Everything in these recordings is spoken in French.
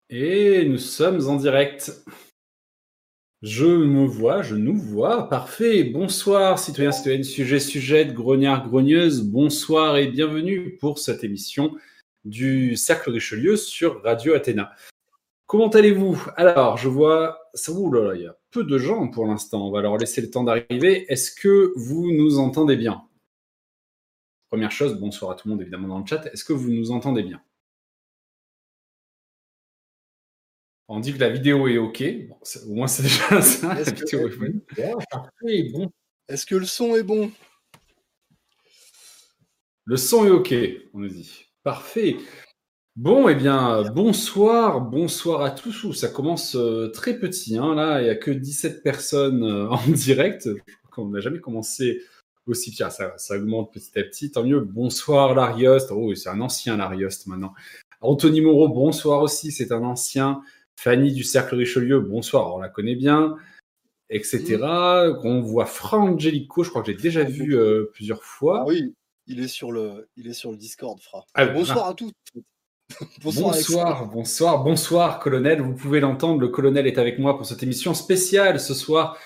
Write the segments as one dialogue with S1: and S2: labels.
S1: Et nous sommes en direct. Je nous vois, parfait. Bonsoir, citoyens, citoyennes, sujettes, grognards, grogneuses. Bonsoir et bienvenue pour cette émission du Cercle Richelieu sur Radio Athéna. Comment allez-vous? Alors, je vois, ouh là là, il y a peu de gens pour l'instant. On va leur laisser le temps d'arriver. Est-ce que vous nous entendez bien? Première chose, bonsoir à tout le monde évidemment dans le chat. Est-ce que vous nous entendez bien? On dit que la vidéo est OK. Bon, au moins, c'est déjà ça. La vidéo est bonne. Parfait, bon.
S2: Est-ce que le son est bon?
S1: Le son est OK, on nous dit. Parfait. Bon, eh bien, bonsoir à tous. Ça commence très petit. Hein, là, il n'y a que 17 personnes en direct. Je crois qu'on n'a jamais commencé aussi petit. Ça augmente petit à petit. Tant mieux. Bonsoir, Lariost. Oh, c'est un ancien Lariost maintenant. Anthony Moreau, bonsoir aussi. C'est un ancien. Fanny du Cercle Richelieu, bonsoir, on la connaît bien, etc. On voit Frangelico, je crois que j'ai déjà vu plusieurs fois.
S2: Ah oui, il est sur le Discord, Fra. Bonsoir à tous.
S1: Bonsoir, colonel. Vous pouvez l'entendre, le colonel est avec moi pour cette émission spéciale ce soir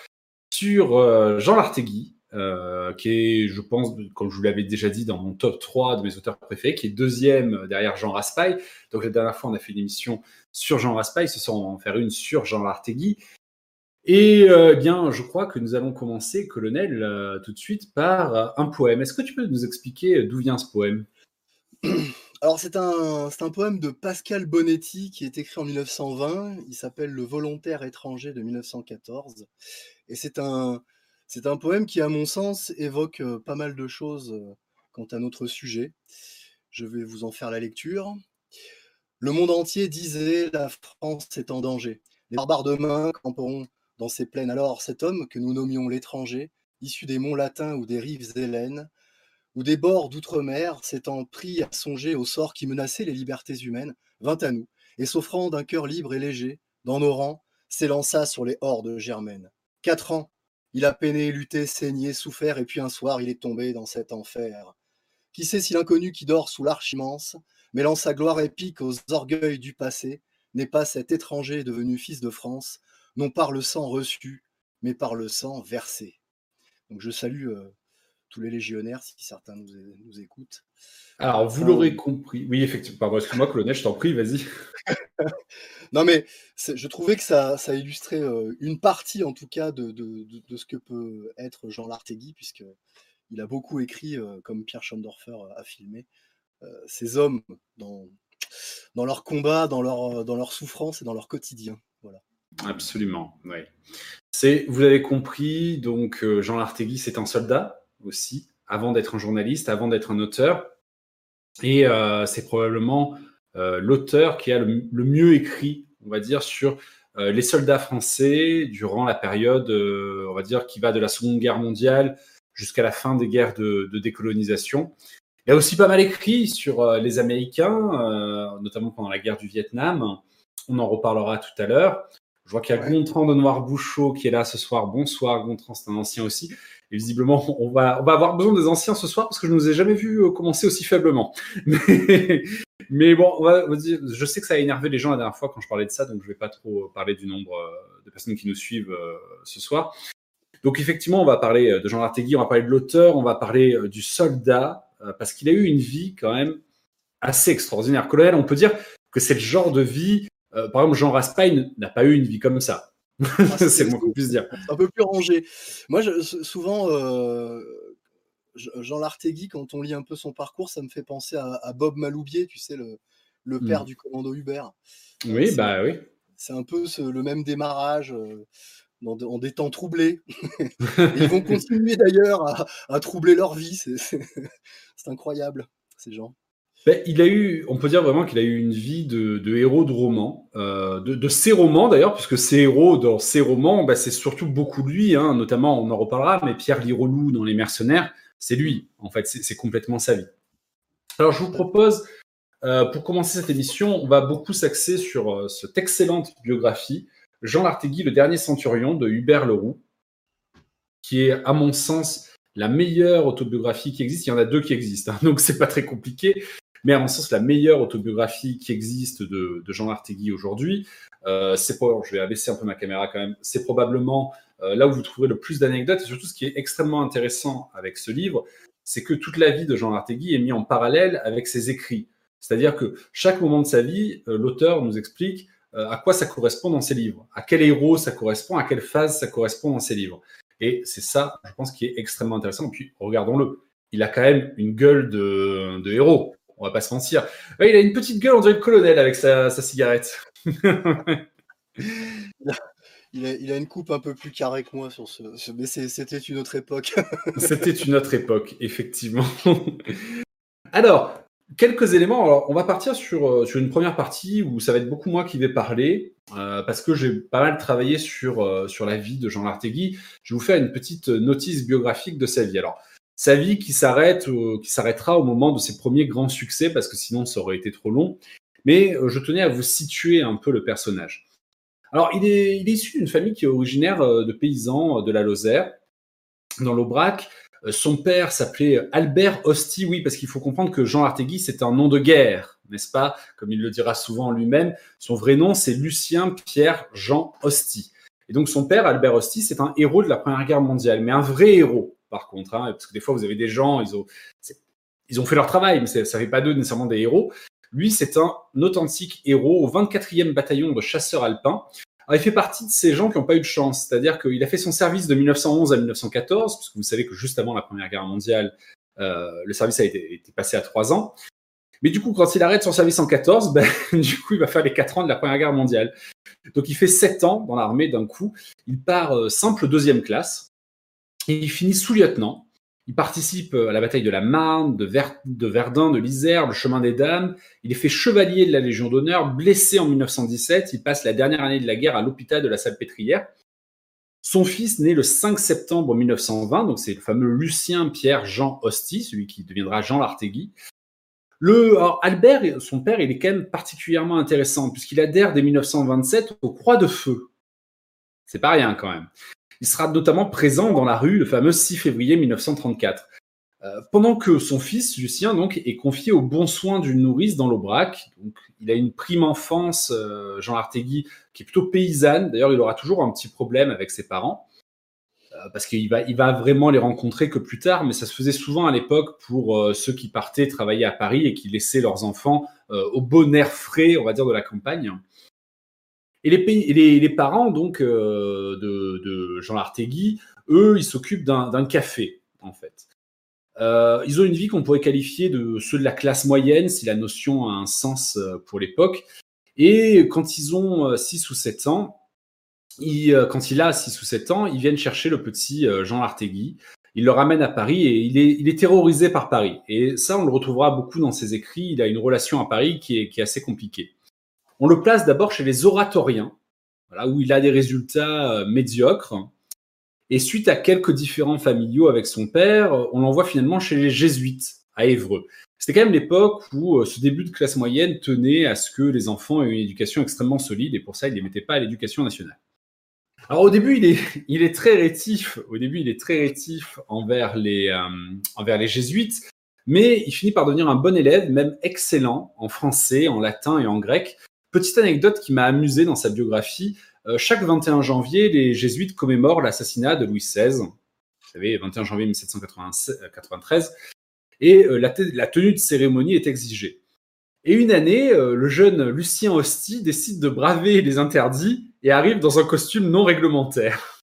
S1: sur Jean Lartegui, qui est, je pense, comme je vous l'avais déjà dit, dans mon top 3 de mes auteurs préférés, qui est deuxième derrière Jean Raspail. Donc la dernière fois, on a fait une émission sur Jean Raspail, ce soir, on va en faire une sur Jean Lartegui. Et bien, je crois que nous allons commencer, colonel, tout de suite par un poème. Est-ce que tu peux nous expliquer d'où vient ce poème?
S2: Alors, c'est un poème de Pascal Bonetti qui est écrit en 1920. Il s'appelle Le volontaire étranger de 1914. Et c'est un poème qui, à mon sens, évoque pas mal de choses quant à notre sujet. Je vais vous en faire la lecture. Le monde entier disait la France est en danger. Les barbares demain camperont dans ces plaines. Alors cet homme que nous nommions l'étranger, issu des monts latins ou des rives hellènes, ou des bords d'outre-mer, s'étant pris à songer au sort qui menaçait les libertés humaines, vint à nous, et s'offrant d'un cœur libre et léger, dans nos rangs, s'élança sur les hordes germaines. 4 ans, il a peiné, lutté, saigné, souffert, et puis un soir, il est tombé dans cet enfer. Qui sait si l'inconnu qui dort sous l'arche immense, mêlant sa gloire épique aux orgueils du passé, n'est pas cet étranger devenu fils de France, non par le sang reçu, mais par le sang versé. Donc je salue tous les légionnaires, si certains nous écoutent.
S1: Alors, vous l'aurez compris. Oui, effectivement. Pardon, excuse-moi, colonel, je t'en prie, vas-y.
S2: Non, mais je trouvais que ça illustrait une partie, en tout cas, de ce que peut être Jean Lartegui, puisqu'il a beaucoup écrit, comme Pierre Schondorfer a filmé, ces hommes dans leur combat, dans leur souffrance et dans leur quotidien. Voilà.
S1: Absolument, oui. Vous l'avez compris, donc Jean Lartegui, c'est un soldat aussi, avant d'être un journaliste, avant d'être un auteur. Et c'est probablement l'auteur qui a le mieux écrit, on va dire, sur les soldats français durant la période, on va dire, qui va de la Seconde Guerre mondiale jusqu'à la fin des guerres de décolonisation. Il a aussi pas mal écrit sur les Américains, notamment pendant la guerre du Vietnam. On en reparlera tout à l'heure. Je vois qu'il y a Gontran de Noir-Bouchot qui est là ce soir. Bonsoir Gontran, c'est un ancien aussi. Et visiblement, on va avoir besoin des anciens ce soir parce que je ne nous ai jamais vus commencer aussi faiblement. Mais bon, je sais que ça a énervé les gens la dernière fois quand je parlais de ça, donc je ne vais pas trop parler du nombre de personnes qui nous suivent ce soir. Donc effectivement, on va parler de Jean Lartegui, on va parler de l'auteur, on va parler du soldat, parce qu'il a eu une vie quand même assez extraordinaire. Colonel, on peut dire que c'est le genre de vie... par exemple, Jean Raspail n'a pas eu une vie comme ça. C'est le moins qu'on puisse dire.
S2: Un peu plus rangé. Moi, souvent, Jean Lartegui, quand on lit un peu son parcours, ça me fait penser à Bob Maloubier, tu sais, le père du commando Hubert.
S1: Oui, oui.
S2: C'est un peu le même démarrage en des temps troublés. Et ils vont continuer d'ailleurs à troubler leur vie. C'est incroyable, ces gens.
S1: On peut dire vraiment qu'il a eu une vie de héros de roman, de ses romans d'ailleurs, puisque ses héros dans ses romans, c'est surtout beaucoup de lui, hein, notamment, on en reparlera, mais Pierre Lirolou dans Les Mercenaires, c'est lui, en fait, c'est complètement sa vie. Alors je vous propose, pour commencer cette émission, on va beaucoup s'axer sur cette excellente biographie, Jean Lartegui, le dernier centurion de Hubert Leroux, qui est, à mon sens, la meilleure autobiographie qui existe. Il y en a 2 qui existent, hein, donc c'est pas très compliqué. mais à mon sens, la meilleure autobiographie qui existe de Jean Lartégui aujourd'hui. Je vais abaisser un peu ma caméra quand même. C'est probablement là où vous trouverez le plus d'anecdotes, et surtout ce qui est extrêmement intéressant avec ce livre, c'est que toute la vie de Jean Lartégui est mise en parallèle avec ses écrits. C'est-à-dire que chaque moment de sa vie, l'auteur nous explique à quoi ça correspond dans ses livres, à quel héros ça correspond, à quelle phase ça correspond dans ses livres. Et c'est ça, je pense, qui est extrêmement intéressant. Et puis, regardons-le, il a quand même une gueule de héros, on va pas se mentir. Ouais, il a une petite gueule, on dirait le colonel avec sa cigarette.
S2: Il a une coupe un peu plus carrée que moi sur mais c'était une autre époque.
S1: C'était une autre époque, effectivement. Alors, quelques éléments. Alors, on va partir sur une première partie où ça va être beaucoup moi qui vais parler, parce que j'ai pas mal travaillé sur la vie de Jean Lartégui. Je vais vous faire une petite notice biographique de sa vie. Alors, sa vie qui s'arrêtera au moment de ses premiers grands succès, parce que sinon ça aurait été trop long. Mais je tenais à vous situer un peu le personnage. Alors, il est issu d'une famille qui est originaire de paysans de la Lozère, dans l'Aubrac. Son père s'appelait Albert Hosty, oui, parce qu'il faut comprendre que Jean Lartégui, c'est un nom de guerre, n'est-ce pas? Comme il le dira souvent lui-même, son vrai nom, c'est Lucien Pierre Jean Hosty. Et donc, son père, Albert Hosty, c'est un héros de la Première Guerre mondiale, mais un vrai héros, par contre, hein, parce que des fois, vous avez des gens, ils ont fait leur travail, mais ça ne fait pas d'eux nécessairement des héros. Lui, c'est un authentique héros au 24e bataillon de chasseurs alpins. Alors, il fait partie de ces gens qui n'ont pas eu de chance, c'est-à-dire qu'il a fait son service de 1911 à 1914, parce que vous savez que juste avant la Première Guerre mondiale, le service a été passé à 3 ans. Mais du coup, quand il arrête son service en 14, du coup, il va faire les 4 ans de la Première Guerre mondiale. Donc, il fait 7 ans dans l'armée d'un coup. Il part simple 2e classe, et il finit sous-lieutenant. Il participe à la bataille de la Marne, de Verdun, de l'Isère, le chemin des Dames. Il est fait chevalier de la Légion d'honneur, blessé en 1917. Il passe la dernière année de la guerre à l'hôpital de la Salpêtrière. Son fils naît le 5 septembre 1920, donc c'est le fameux Lucien Pierre Jean Hosty, celui qui deviendra Jean Lartégui. Alors Albert, son père, il est quand même particulièrement intéressant, puisqu'il adhère dès 1927 aux Croix de Feu. C'est pas rien quand même. Il sera notamment présent dans la rue le fameux 6 février 1934. Pendant que son fils, Lucien, donc, est confié aux bons soins d'une nourrice dans l'Aubrac. Donc, il a une prime enfance, Jean Lartégui, qui est plutôt paysanne. D'ailleurs, il aura toujours un petit problème avec ses parents, parce qu'il va vraiment les rencontrer que plus tard, mais ça se faisait souvent à l'époque pour ceux qui partaient travailler à Paris et qui laissaient leurs enfants au bon air frais, on va dire, de la campagne. Et les parents donc de Jean Lartégui, eux, ils s'occupent d'un café, en fait. Ils ont une vie qu'on pourrait qualifier de ceux de la classe moyenne, si la notion a un sens pour l'époque. Et quand ils ont 6 ou 7 ans, quand il a 6 ou 7 ans, ils viennent chercher le petit Jean Lartégui. Ils le ramènent à Paris et il est terrorisé par Paris. Et ça, on le retrouvera beaucoup dans ses écrits. Il a une relation à Paris qui est assez compliquée. On le place d'abord chez les oratoriens, voilà, où il a des résultats médiocres. Et suite à quelques différends familiaux avec son père, on l'envoie finalement chez les jésuites, à Évreux. C'était quand même l'époque où ce début de classe moyenne tenait à ce que les enfants aient une éducation extrêmement solide, et pour ça, il ne les mettait pas à l'éducation nationale. Alors au début, il est très rétif. Au début, il est très rétif envers les jésuites, mais il finit par devenir un bon élève, même excellent, en français, en latin et en grec. Petite anecdote qui m'a amusé dans sa biographie, chaque 21 janvier, les jésuites commémorent l'assassinat de Louis XVI, vous savez, 21 janvier 1793, et la tenue de cérémonie est exigée. Et une année, le jeune Lucien Hosty décide de braver les interdits et arrive dans un costume non réglementaire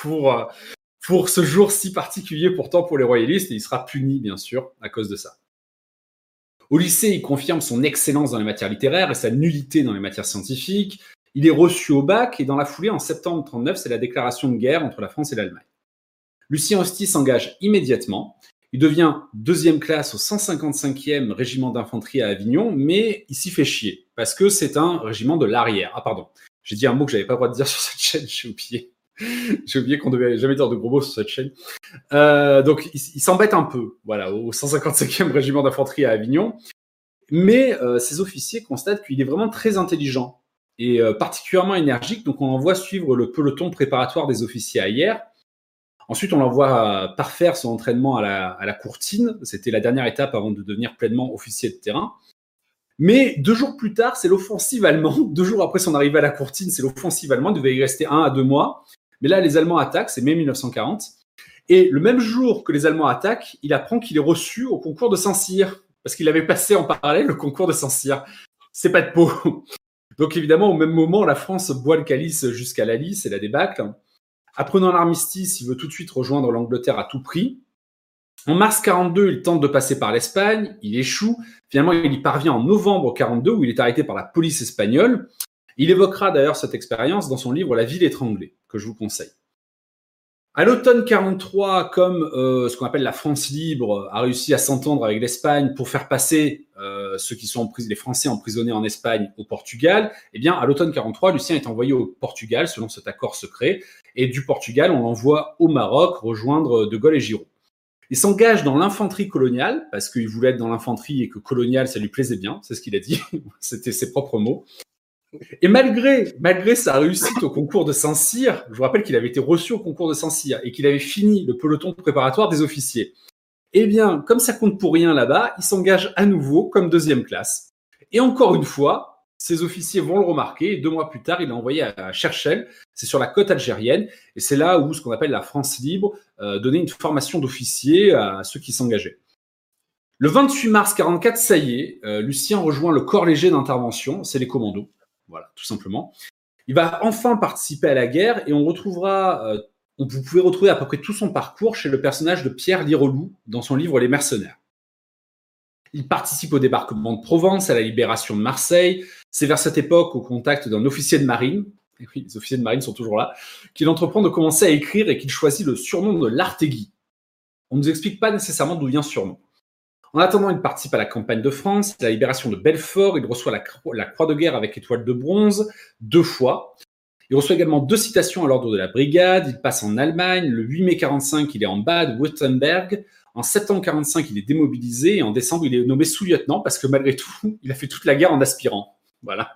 S1: pour ce jour si particulier pourtant pour les royalistes, et il sera puni, bien sûr, à cause de ça. Au lycée, il confirme son excellence dans les matières littéraires et sa nullité dans les matières scientifiques. Il est reçu au bac et dans la foulée, en septembre 1939, c'est la déclaration de guerre entre la France et l'Allemagne. Lucien Hosty s'engage immédiatement. Il devient 2e classe au 155e régiment d'infanterie à Avignon, mais il s'y fait chier parce que c'est un régiment de l'arrière. Ah pardon, j'ai dit un mot que j'avais pas le droit de dire sur cette chaîne, j'ai oublié. J'ai oublié qu'on devait jamais dire de gros mots sur cette chaîne. Donc, il s'embête un peu, voilà, au 155e régiment d'infanterie à Avignon. Mais ces officiers constatent qu'il est vraiment très intelligent et particulièrement énergique. Donc, on l'envoie suivre le peloton préparatoire des officiers à Hyères. Ensuite, on l'envoie parfaire son entraînement à la courtine. C'était la dernière étape avant de devenir pleinement officier de terrain. Mais 2 jours plus tard, c'est l'offensive allemande. 2 jours après son arrivée à la courtine, c'est l'offensive allemande. Il devait y rester 1 à 2 mois. Mais là, les Allemands attaquent, c'est mai 1940. Et le même jour que les Allemands attaquent, il apprend qu'il est reçu au concours de Saint-Cyr, parce qu'il avait passé en parallèle le concours de Saint-Cyr. C'est pas de peau. Donc évidemment, au même moment, la France boit le calice jusqu'à Lally, c'est la débâcle. Apprenant l'armistice, il veut tout de suite rejoindre l'Angleterre à tout prix. En mars 42, il tente de passer par l'Espagne, il échoue. Finalement, il y parvient en novembre 42, où il est arrêté par la police espagnole. Il évoquera d'ailleurs cette expérience dans son livre La ville étranglée, que je vous conseille. À l'automne 43, comme ce qu'on appelle la France libre a réussi à s'entendre avec l'Espagne pour faire passer ceux qui sont les Français emprisonnés en Espagne au Portugal, eh bien, à l'automne 43, Lucien est envoyé au Portugal selon cet accord secret. Et du Portugal, on l'envoie au Maroc rejoindre De Gaulle et Giraud. Il s'engage dans l'infanterie coloniale, parce qu'il voulait être dans l'infanterie et que colonial, ça lui plaisait bien, c'est ce qu'il a dit, c'était ses propres mots. Et malgré sa réussite au concours de Saint-Cyr, je vous rappelle qu'il avait été reçu au concours de Saint-Cyr et qu'il avait fini le peloton préparatoire des officiers. Eh bien, comme ça compte pour rien là-bas, il s'engage à nouveau comme 2e classe. Et encore une fois, ses officiers vont le remarquer et 2 mois plus tard, il est envoyé à Cherchell, c'est sur la côte algérienne, et c'est là où ce qu'on appelle la France libre donnait une formation d'officiers à ceux qui s'engageaient. Le 28 mars 44, ça y est, Lucien rejoint le corps léger d'intervention, c'est les commandos, voilà, tout simplement. Il va enfin participer à la guerre et on retrouvera, vous pouvez retrouver à peu près tout son parcours chez le personnage de Pierre Lirelou dans son livre Les Mercenaires. Il participe au débarquement de Provence, à la libération de Marseille. C'est vers cette époque, au contact d'un officier de marine, et oui, les officiers de marine sont toujours là, qu'il entreprend de commencer à écrire et qu'il choisit le surnom de l'Artéguy. On ne nous explique pas nécessairement d'où vient ce surnom. En attendant, il participe à la campagne de France, à la libération de Belfort, il reçoit la croix de guerre avec étoile de bronze 2 fois. Il reçoit également 2 citations à l'ordre de la brigade, il passe en Allemagne, le 8 mai 45, il est en Bade-Württemberg. En septembre 45, il est démobilisé et en décembre, il est nommé sous-lieutenant parce que malgré tout, il a fait toute la guerre en aspirant. Voilà.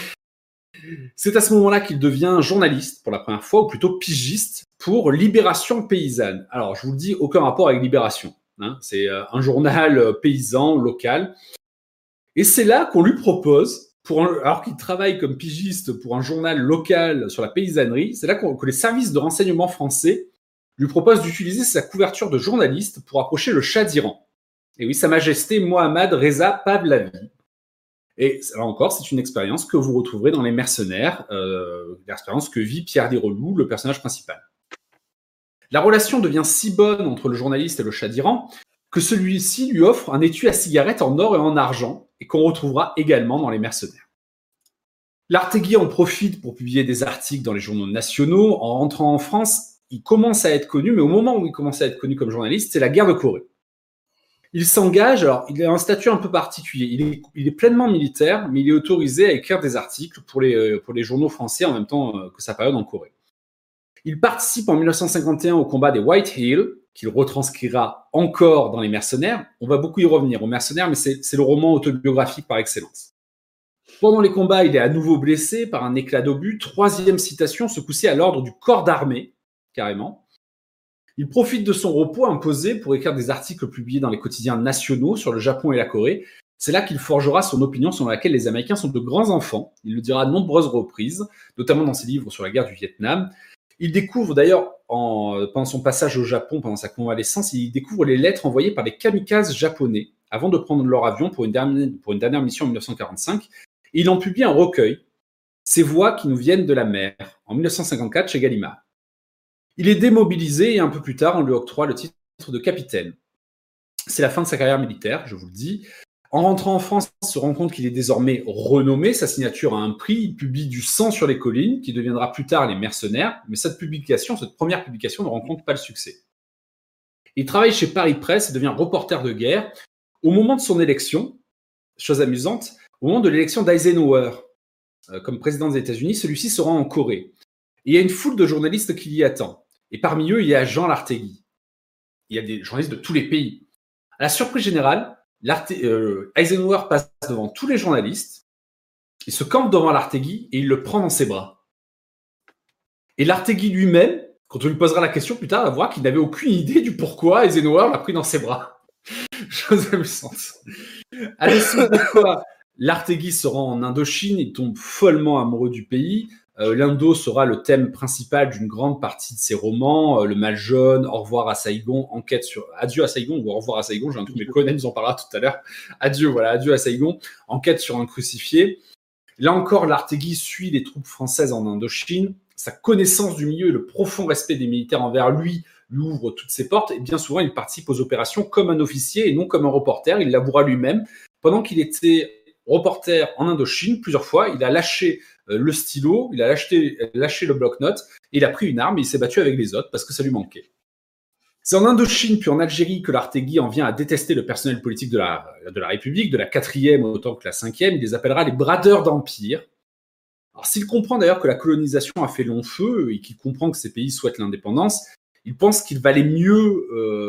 S1: C'est à ce moment-là qu'il devient journaliste pour la première fois, ou plutôt pigiste, pour Libération Paysanne. Alors, je vous le dis, aucun rapport avec Libération. Hein. C'est un journal paysan, local. Et c'est là qu'on lui propose, alors qu'il travaille comme pigiste pour un journal local sur la paysannerie, c'est là que les services de renseignement français lui propose d'utiliser sa couverture de journaliste pour approcher le Shah d'Iran. Et oui, Sa Majesté Mohammad Reza Pahlavi. Et là encore, c'est une expérience que vous retrouverez dans Les Mercenaires, l'expérience que vit Pierre Lirelou, le personnage principal. La relation devient si bonne entre le journaliste et le Shah d'Iran que celui-ci lui offre un étui à cigarettes en or et en argent, et qu'on retrouvera également dans Les Mercenaires. L'Artéguy en profite pour publier des articles dans les journaux nationaux. En rentrant en France, il commence à être connu, mais au moment où il commence à être connu comme journaliste, c'est la guerre de Corée. Il s'engage, alors il a un statut un peu particulier, il est pleinement militaire, mais il est autorisé à écrire des articles pour les journaux français en même temps que sa période en Corée. Il participe en 1951 au combat des White Hill, qu'il retranscrira encore dans Les Mercenaires. On va beaucoup y revenir aux Mercenaires, mais c'est le roman autobiographique par excellence. Pendant les combats, il est à nouveau blessé par un éclat d'obus. 3e citation, ce coup-ci à l'ordre du corps d'armée, carrément. Il profite de son repos imposé pour écrire des articles publiés dans les quotidiens nationaux sur le Japon et la Corée. C'est là qu'il forgera son opinion selon laquelle les Américains sont de grands enfants. Il le dira à de nombreuses reprises, notamment dans ses livres sur la guerre du Vietnam. Il découvre d'ailleurs, pendant son passage au Japon, pendant sa convalescence, il découvre les lettres envoyées par les kamikazes japonais avant de prendre leur avion pour une dernière mission en 1945. Et il en publie un recueil, Ces voix qui nous viennent de la mer, en 1954 chez Gallimard. Il est démobilisé et un peu plus tard, on lui octroie le titre de capitaine. C'est la fin de sa carrière militaire, je vous le dis. En rentrant en France, il se rend compte qu'il est désormais renommé. Sa signature a un prix. Il publie Du sang sur les collines, qui deviendra plus tard Les Mercenaires. Mais cette première publication, ne rencontre pas le succès. Il travaille chez Paris Presse et devient reporter de guerre. Au moment de son élection, chose amusante, au moment de l'élection d'Eisenhower comme président des États-Unis, celui-ci se rend en Corée. Et il y a une foule de journalistes qui l'y attend. Et parmi eux, il y a Jean Lartéguy. Il y a des journalistes de tous les pays. À la surprise générale, Eisenhower passe devant tous les journalistes, il se campe devant l'Artéguy et il le prend dans ses bras. Et l'Artéguy lui-même Quand on lui posera la question plus tard, on va voir qu'il n'avait aucune idée du pourquoi Eisenhower l'a pris dans ses bras. Chose amusante. À la suite de quoi, l'Artéguis se rend en Indochine, il tombe follement amoureux du pays. L'Indo sera le thème principal d'une grande partie de ses romans. Le Mal jaune, Au revoir à Saïgon, Enquête sur Adieu à Saïgon ou Au revoir à Saïgon, j'ai un truc, mais Conan nous en parlera tout à l'heure. Adieu à Saïgon, Enquête sur un crucifié. Là encore, l'Artéguis suit les troupes françaises en Indochine. Sa connaissance du milieu et le profond respect des militaires envers lui ouvre toutes ses portes, et bien souvent, il participe aux opérations comme un officier et non comme un reporter. Il l'avouera lui-même. Pendant qu'il était reporter en Indochine, plusieurs fois, il a lâché le stylo, il a lâché le bloc-notes, et il a pris une arme et il s'est battu avec les autres parce que ça lui manquait. C'est en Indochine puis en Algérie que l'Artéguis en vient à détester le personnel politique de la République, de la 4e autant que la 5e. Il les appellera les bradeurs d'empire. Alors, s'il comprend d'ailleurs que la colonisation a fait long feu et qu'il comprend que ces pays souhaitent l'indépendance, il pense qu'il valait mieux,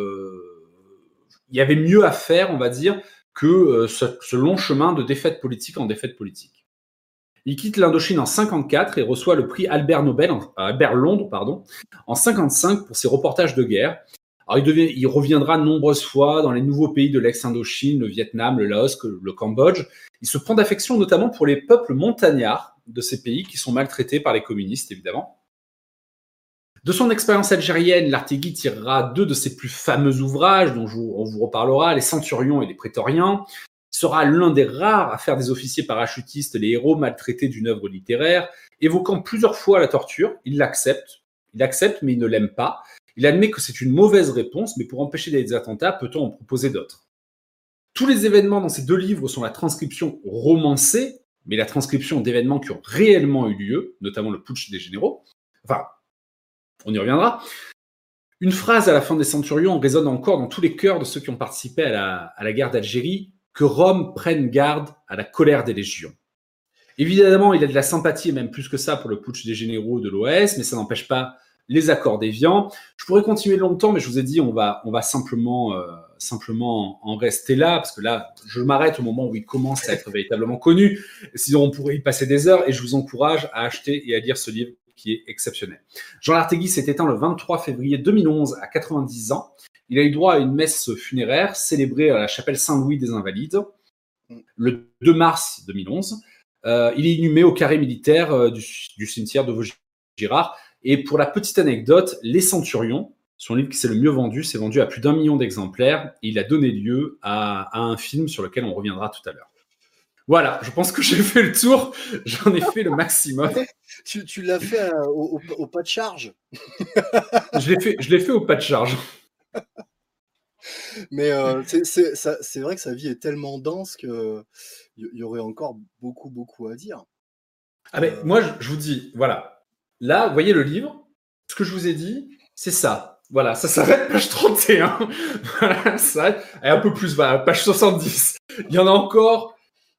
S1: il y avait mieux à faire, on va dire, que ce long chemin de défaite politique en défaite politique. Il quitte l'Indochine en 54 et reçoit le prix Albert Londres, en 55 pour ses reportages de guerre. Alors, il reviendra de nombreuses fois dans les nouveaux pays de l'ex-Indochine, le Vietnam, le Laos, le Cambodge. Il se prend d'affection notamment pour les peuples montagnards de ces pays qui sont maltraités par les communistes, évidemment. De son expérience algérienne, l'Artéguis tirera 2 de ses plus fameux ouvrages, dont on vous reparlera, Les Centurions et les Prétoriens. Il sera l'un des rares à faire des officiers parachutistes les héros maltraités d'une œuvre littéraire. Évoquant plusieurs fois la torture, il l'accepte, mais il ne l'aime pas. Il admet que c'est une mauvaise réponse, mais pour empêcher des attentats, peut-on en proposer d'autres? Tous les événements dans ces 2 livres sont la transcription romancée, mais la transcription d'événements qui ont réellement eu lieu, notamment le putsch des généraux. Enfin, on y reviendra. Une phrase à la fin des Centurions résonne encore dans tous les cœurs de ceux qui ont participé à la guerre d'Algérie, que Rome prenne garde à la colère des légions. Évidemment, il a de la sympathie, et même plus que ça, pour le putsch des généraux de l'OAS, mais ça n'empêche pas les accords d'Évian. Je pourrais continuer longtemps, mais je vous ai dit, on va simplement en rester là, parce que là, je m'arrête au moment où il commence à être véritablement connu. Sinon, on pourrait y passer des heures, et je vous encourage à acheter et à lire ce livre qui est exceptionnel. Jean l'Artéguis s'est éteint le 23 février 2011 à 90 ans. Il a eu droit à une messe funéraire célébrée à la chapelle Saint-Louis des Invalides le 2 mars 2011. Il est inhumé au carré militaire du cimetière de Vaugirard. Et pour la petite anecdote, Les Centurions, son livre qui s'est le mieux vendu, s'est vendu à plus d'1 million d'exemplaires. Et il a donné lieu à un film sur lequel on reviendra tout à l'heure. Voilà, je pense que j'ai fait le tour. J'en ai fait le maximum.
S2: Tu l'as fait au pas de charge.
S1: Je l'ai fait au pas de charge.
S2: Mais c'est vrai que sa vie est tellement dense qu'il y aurait encore beaucoup à dire.
S1: Ah ben, moi, je vous dis, voilà. Là, vous voyez le livre, ce que je vous ai dit, c'est ça. Voilà, ça s'arrête page 31. Voilà, ça s'arrête. Et un peu plus, voilà, page 70. Il y en a encore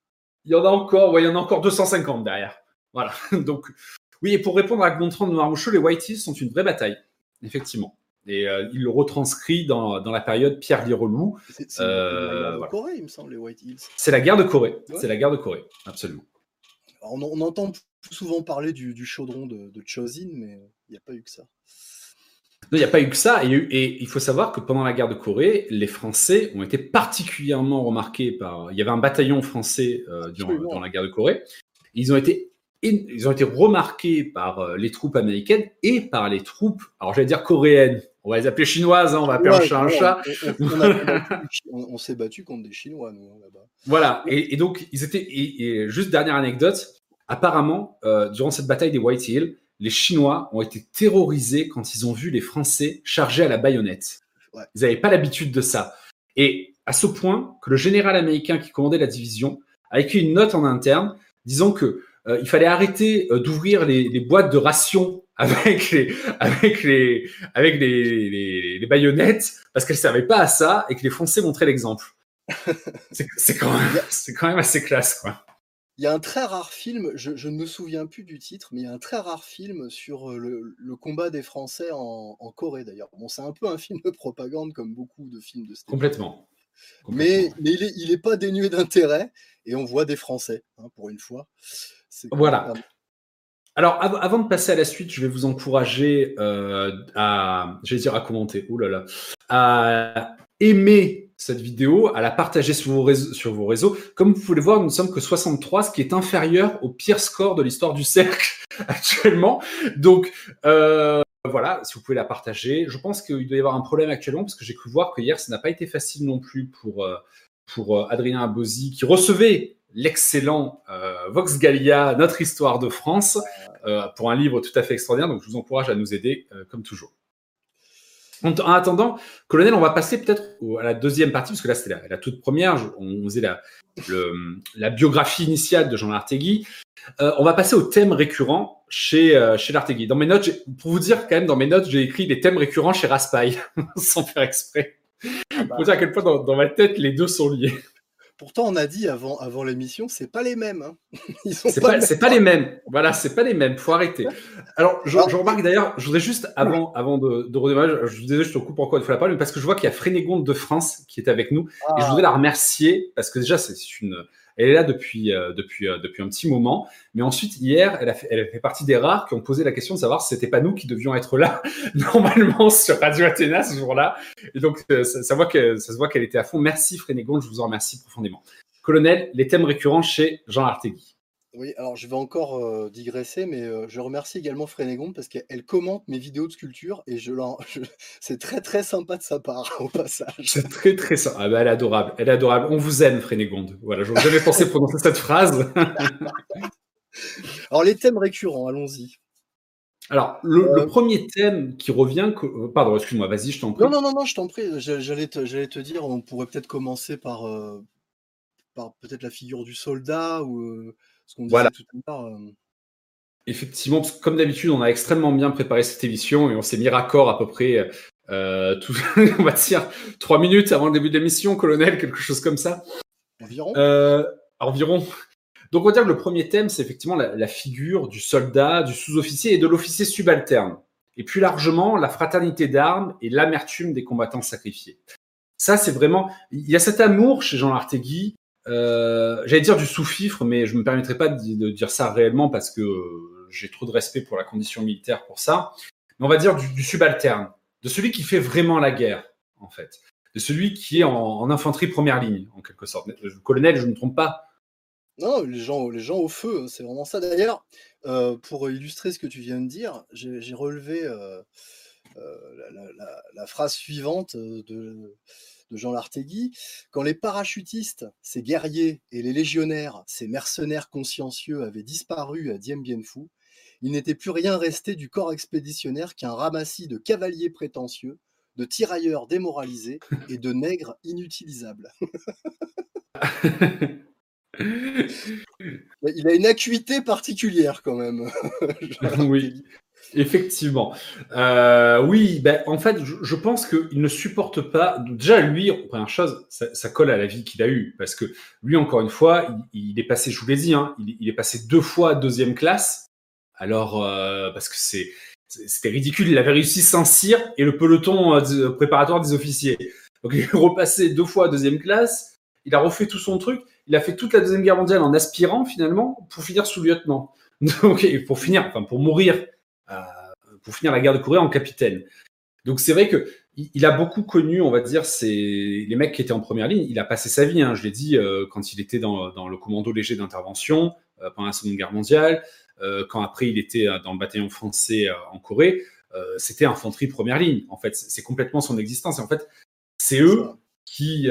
S1: 250 derrière. Voilà. Donc, oui, et pour répondre à Gontran de Noirmoucheux, les White Hills sont une vraie bataille, effectivement. Et il le retranscrit dans la période Pierre Lirelou.
S2: C'est la guerre de Corée, il me semble, les White Hills.
S1: C'est la guerre de Corée.
S2: Ouais.
S1: C'est la guerre de Corée, absolument.
S2: Alors, on entend plus souvent parler du chaudron de Chosin, mais il n'y a pas eu que ça.
S1: Non, il n'y a pas eu que ça. Et il faut savoir que pendant la guerre de Corée, les Français ont été particulièrement remarqués par. Il y avait un bataillon français durant la guerre de Corée. Ils ont été remarqués par les troupes américaines et par les troupes, alors j'allais dire coréennes, on va les appeler chinoises, hein, on va appeler un chat un chat.
S2: On s'est battu contre des Chinois, nous, là-bas.
S1: Voilà, et donc, ils étaient. Et juste dernière anecdote, apparemment, durant cette bataille des White Hills, les Chinois ont été terrorisés quand ils ont vu les Français chargés à la baïonnette. Ouais. Ils n'avaient pas l'habitude de ça. Et à ce point que le général américain qui commandait la division a écrit une note en interne disant que il fallait arrêter d'ouvrir les boîtes de rations avec les baïonnettes parce qu'elles ne servaient pas à ça et que les Français montraient l'exemple. C'est quand même assez classe, quoi.
S2: Il y a un très rare film, je ne me souviens plus du titre, mais il y a un très rare film sur le combat des Français en Corée, d'ailleurs. Bon, c'est un peu un film de propagande, comme beaucoup de films de cette époque.
S1: Complètement.
S2: Mais il est pas dénué d'intérêt, et on voit des Français, hein, pour une fois.
S1: Voilà. Alors, avant de passer à la suite, je vais vous encourager à commenter, ouh là là, à aimer cette vidéo, à la partager sur vos réseaux. Comme vous pouvez le voir, nous ne sommes que 63, ce qui est inférieur au pire score de l'histoire du cercle actuellement. Donc, voilà, si vous pouvez la partager. Je pense qu'il doit y avoir un problème actuellement, parce que j'ai cru voir que hier, ça n'a pas été facile non plus pour Adrien Abosi, qui recevait l'excellent Vox Gallia, Notre Histoire de France, pour un livre tout à fait extraordinaire. Donc, je vous encourage à nous aider, comme toujours. En attendant, Colonel, on va passer peut-être à la deuxième partie, parce que là, c'était la toute première. On faisait la biographie initiale de Jean Lartégui. On va passer aux thèmes récurrents chez Lartégui. Dans mes notes, pour vous dire, quand même, dans mes notes, j'ai écrit les thèmes récurrents chez Raspail, sans faire exprès. Pour dire à quel point, dans ma tête, les deux sont liés.
S2: Pourtant, on a dit avant l'émission, c'est pas les mêmes. Hein.
S1: Ils sont c'est pas les mêmes. Voilà, c'est pas les mêmes. Faut arrêter. Alors, je remarque d'ailleurs, je voudrais juste, avant de redémarrer, je suis désolé, je te coupe encore une fois la parole, mais parce que je vois qu'il y a Frénégonde de France qui est avec nous. Et je voudrais la remercier, parce que déjà, elle est là depuis un petit moment. Mais ensuite, hier, elle a fait partie des rares qui ont posé la question de savoir si c'était pas nous qui devions être là, normalement, sur Radio Athéna ce jour-là. Et donc, ça se voit qu'elle était à fond. Merci Frénégonde, je vous en remercie profondément. Colonel, les thèmes récurrents chez Jean Lartégui.
S2: Oui, alors je vais encore digresser, mais je remercie également Frénégonde parce qu'elle commente mes vidéos de sculpture et c'est très très sympa de sa part au passage.
S1: C'est très très sympa. Ah bah, elle est adorable. On vous aime, Frénégonde. Voilà, je n'avais jamais pensé prononcer cette phrase.
S2: Alors les thèmes récurrents, allons-y.
S1: Alors, le premier thème qui revient... Pardon, excuse-moi, vas-y, je t'en prie.
S2: Non, je t'en prie. J'allais te dire, on pourrait peut-être commencer par peut-être la figure du soldat ou ce qu'on disait tout à l'heure.
S1: Effectivement, parce que comme d'habitude, on a extrêmement bien préparé cette émission et on s'est mis raccord à peu près, on va dire, 3 minutes avant le début de l'émission, colonel, quelque chose comme ça. Environ. Donc, on va dire que le premier thème, c'est effectivement la figure du soldat, du sous-officier et de l'officier subalterne. Et plus largement, la fraternité d'armes et l'amertume des combattants sacrifiés. Ça, c'est vraiment... Il y a cet amour chez Jean Lartégui, j'allais dire du sous-fifre, mais je ne me permettrai pas de dire ça réellement parce que j'ai trop de respect pour la condition militaire pour ça. Mais on va dire du subalterne, de celui qui fait vraiment la guerre, en fait. De celui qui est en infanterie première ligne, en quelque sorte. Colonel, je ne me trompe pas.
S2: Non, les gens au feu, c'est vraiment ça. D'ailleurs, pour illustrer ce que tu viens de dire, j'ai relevé la phrase suivante de Jean Lartégui. Quand les parachutistes, ces guerriers, et les légionnaires, ces mercenaires consciencieux, avaient disparu à Dien Bien Phu, il n'était plus rien resté du corps expéditionnaire qu'un ramassis de cavaliers prétentieux, de tirailleurs démoralisés et de nègres inutilisables. Il a une acuité particulière quand même.
S1: Oui, effectivement. Oui, ben, en fait, je pense qu'il ne supporte pas. Déjà, lui, première chose, ça colle à la vie qu'il a eue. Parce que lui, encore une fois, il est passé, je vous l'ai dit, hein, il est passé 2 fois deuxième classe. Alors, parce que c'était ridicule, il avait réussi Saint-Cyr et le peloton préparatoire des officiers. Donc, il est repassé 2 fois à deuxième classe. Il a refait tout son truc. Il a fait toute la Deuxième Guerre mondiale en aspirant, finalement, pour finir sous-lieutenant. Donc, pour mourir, pour finir la guerre de Corée en capitaine. Donc, c'est vrai que il a beaucoup connu, on va dire, les mecs qui étaient en première ligne. Il a passé sa vie, hein, je l'ai dit, quand il était dans le commando léger d'intervention pendant la Seconde Guerre mondiale, quand après il était dans le bataillon français en Corée, c'était infanterie première ligne. En fait, c'est complètement son existence. Et en fait, c'est eux qui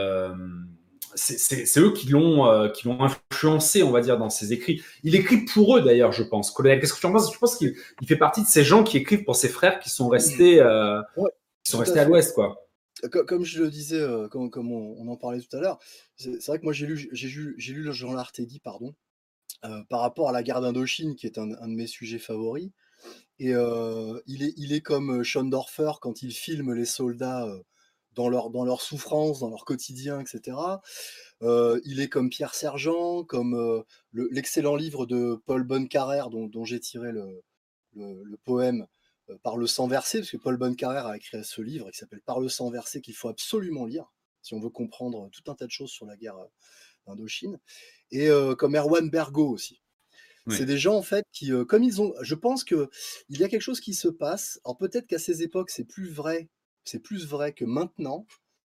S1: c'est eux qui l'ont influencé, on va dire, dans ses écrits. Il écrit pour eux, d'ailleurs, je pense. Colonel, qu'est-ce que tu en penses? Je pense qu'il fait partie de ces gens qui écrivent pour ses frères qui sont restés, à l'Ouest, quoi.
S2: Comme je le disais, comme on en parlait tout à l'heure, c'est vrai que moi j'ai lu le Jean Lartégui, pardon, par rapport à la guerre d'Indochine, qui est un de mes sujets favoris. Et il est comme Schondorfer quand il filme les soldats dans leur souffrance, dans leur quotidien, etc. Il est comme Pierre Sergent, comme l'excellent livre de Paul Bonnecarrère, dont j'ai tiré le poème Par le sang versé, parce que Paul Bonnecarrère a écrit ce livre qui s'appelle Par le sang versé, qu'il faut absolument lire si on veut comprendre tout un tas de choses sur la guerre d'Indochine. Et comme Erwan Bergo aussi. C'est des gens en fait qui, comme ils ont je pense qu'il y a quelque chose qui se passe. Alors peut-être qu'à ces époques, c'est plus vrai que maintenant,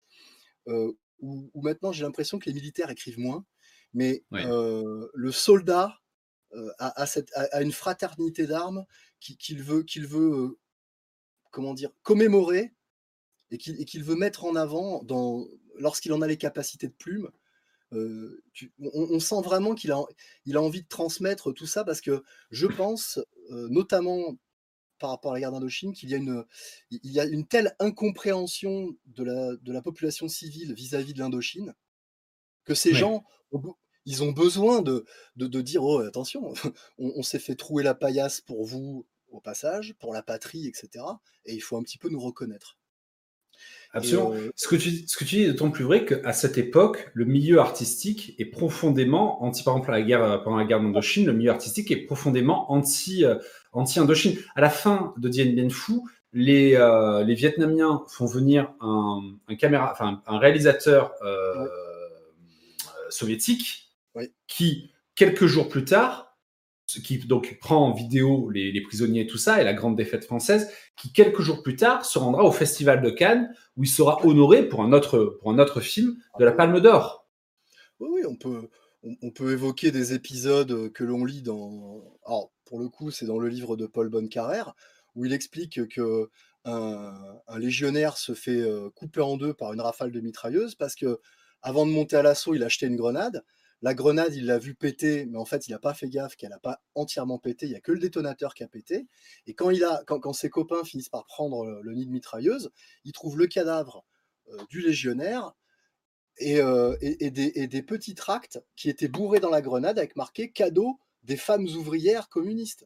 S2: où maintenant j'ai l'impression que les militaires écrivent moins, mais
S1: Oui,
S2: le soldat, a une fraternité d'armes qu'il veut, comment dire? Commémorer et qu'il veut mettre en avant lorsqu'il en a les capacités de plume. On sent vraiment qu'il a envie de transmettre tout ça parce que je pense, notamment par rapport à la guerre d'Indochine, il y a une telle incompréhension de la population civile vis-à-vis de l'Indochine que ces
S1: oui.
S2: gens ils ont besoin de dire: «Oh attention, on s'est fait trouer la paillasse pour vous au passage, pour la patrie et cetera et il faut un petit peu nous reconnaître» et
S1: Absolument. Ce que tu dis est d'autant plus vrai qu'à cette époque, le milieu artistique est profondément anti, par exemple, pendant la guerre d'Indochine, le milieu artistique est profondément anti-Indochine. À la fin de Dien Bien Phu, les Vietnamiens font venir un réalisateur
S2: ouais,
S1: soviétique
S2: ouais.
S1: qui, quelques jours plus tard, qui donc prend en vidéo les prisonniers et tout ça, et la grande défaite française, qui quelques jours plus tard se rendra au Festival de Cannes, où il sera honoré pour un autre film
S2: Ah
S1: de la
S2: oui, oui.
S1: Palme d'Or.
S2: Oui, oui, on peut évoquer des épisodes, que l'on lit alors pour le coup, c'est dans le livre de Paul Bonnecarrère, où il explique qu'un légionnaire se fait, couper en 2 par une rafale de mitrailleuse parce que avant de monter à l'assaut, il a acheté une grenade. La grenade, il l'a vue péter, mais en fait, il a pas fait gaffe qu'elle a pas entièrement pété, il y a que le détonateur qui a pété et quand ses copains finissent par prendre, le nid de mitrailleuse, ils trouvent le cadavre, du légionnaire et des petits tracts qui étaient bourrés dans la grenade avec marqué «Cadeau des femmes ouvrières communistes».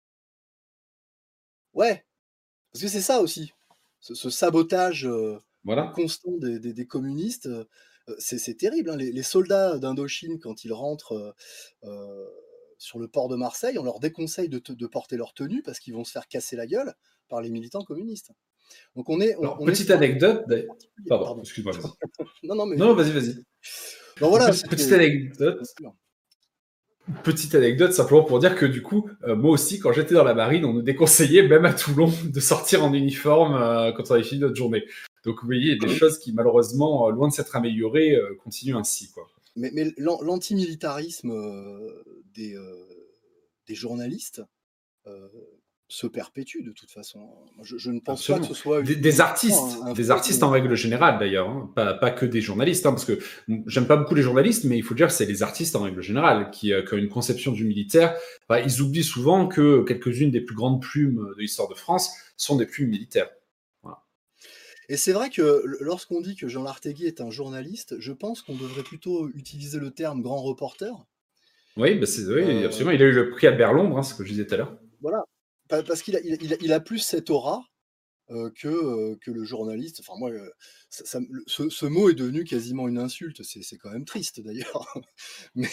S2: Ouais, parce que c'est ça aussi, ce sabotage,
S1: Voilà.
S2: constant des communistes, c'est terrible, hein. Les soldats d'Indochine quand ils rentrent, sur le port de Marseille, on leur déconseille de porter leur tenue parce qu'ils vont se faire casser la gueule par les militants communistes. Donc on est on
S1: Alors,
S2: on est
S1: petite
S2: sur un
S1: anecdote,
S2: particulier.
S1: pardon,
S2: Pardon.
S1: excuse-moi, vas-y.
S2: Non, non, mais
S1: Non, vas-y, vas-y.
S2: donc voilà,
S1: Petite
S2: c'était
S1: anecdote,
S2: conclure.
S1: simplement pour dire que du coup, moi aussi, quand j'étais dans la marine, on nous déconseillait, même à Toulon, de sortir en uniforme quand on avait fini notre journée. Donc vous voyez, des choses qui malheureusement, loin de s'être améliorées, continuent ainsi, quoi.
S2: Mais l'antimilitarisme, des journalistes, heu, se perpétue de toute façon, hein. Moi, je ne pense pas que ce
S1: Absolument.
S2: soit
S1: Des
S2: uniquement un
S1: des
S2: fait
S1: artistes en règle générale d'ailleurs, hein, pas que des journalistes, hein, parce que j'aime pas beaucoup les journalistes, mais il faut dire que c'est les artistes en règle générale qui ont une conception du militaire. Enfin, ils oublient souvent que quelques-unes des plus grandes plumes de l'histoire de France sont des plumes militaires. Voilà.
S2: et c'est vrai que lorsqu'on dit que Jean Lartégui est un journaliste, je pense qu'on devrait plutôt utiliser le terme grand reporter.
S1: Oui, oui,
S2: Heu,
S1: absolument. Il a eu le prix Albert Londres, hein, ce que je disais tout à l'heure.
S2: voilà, parce qu'il a plus cette aura, que le journaliste. Enfin moi, ce mot est devenu quasiment une insulte. C'est quand même triste d'ailleurs. Mais,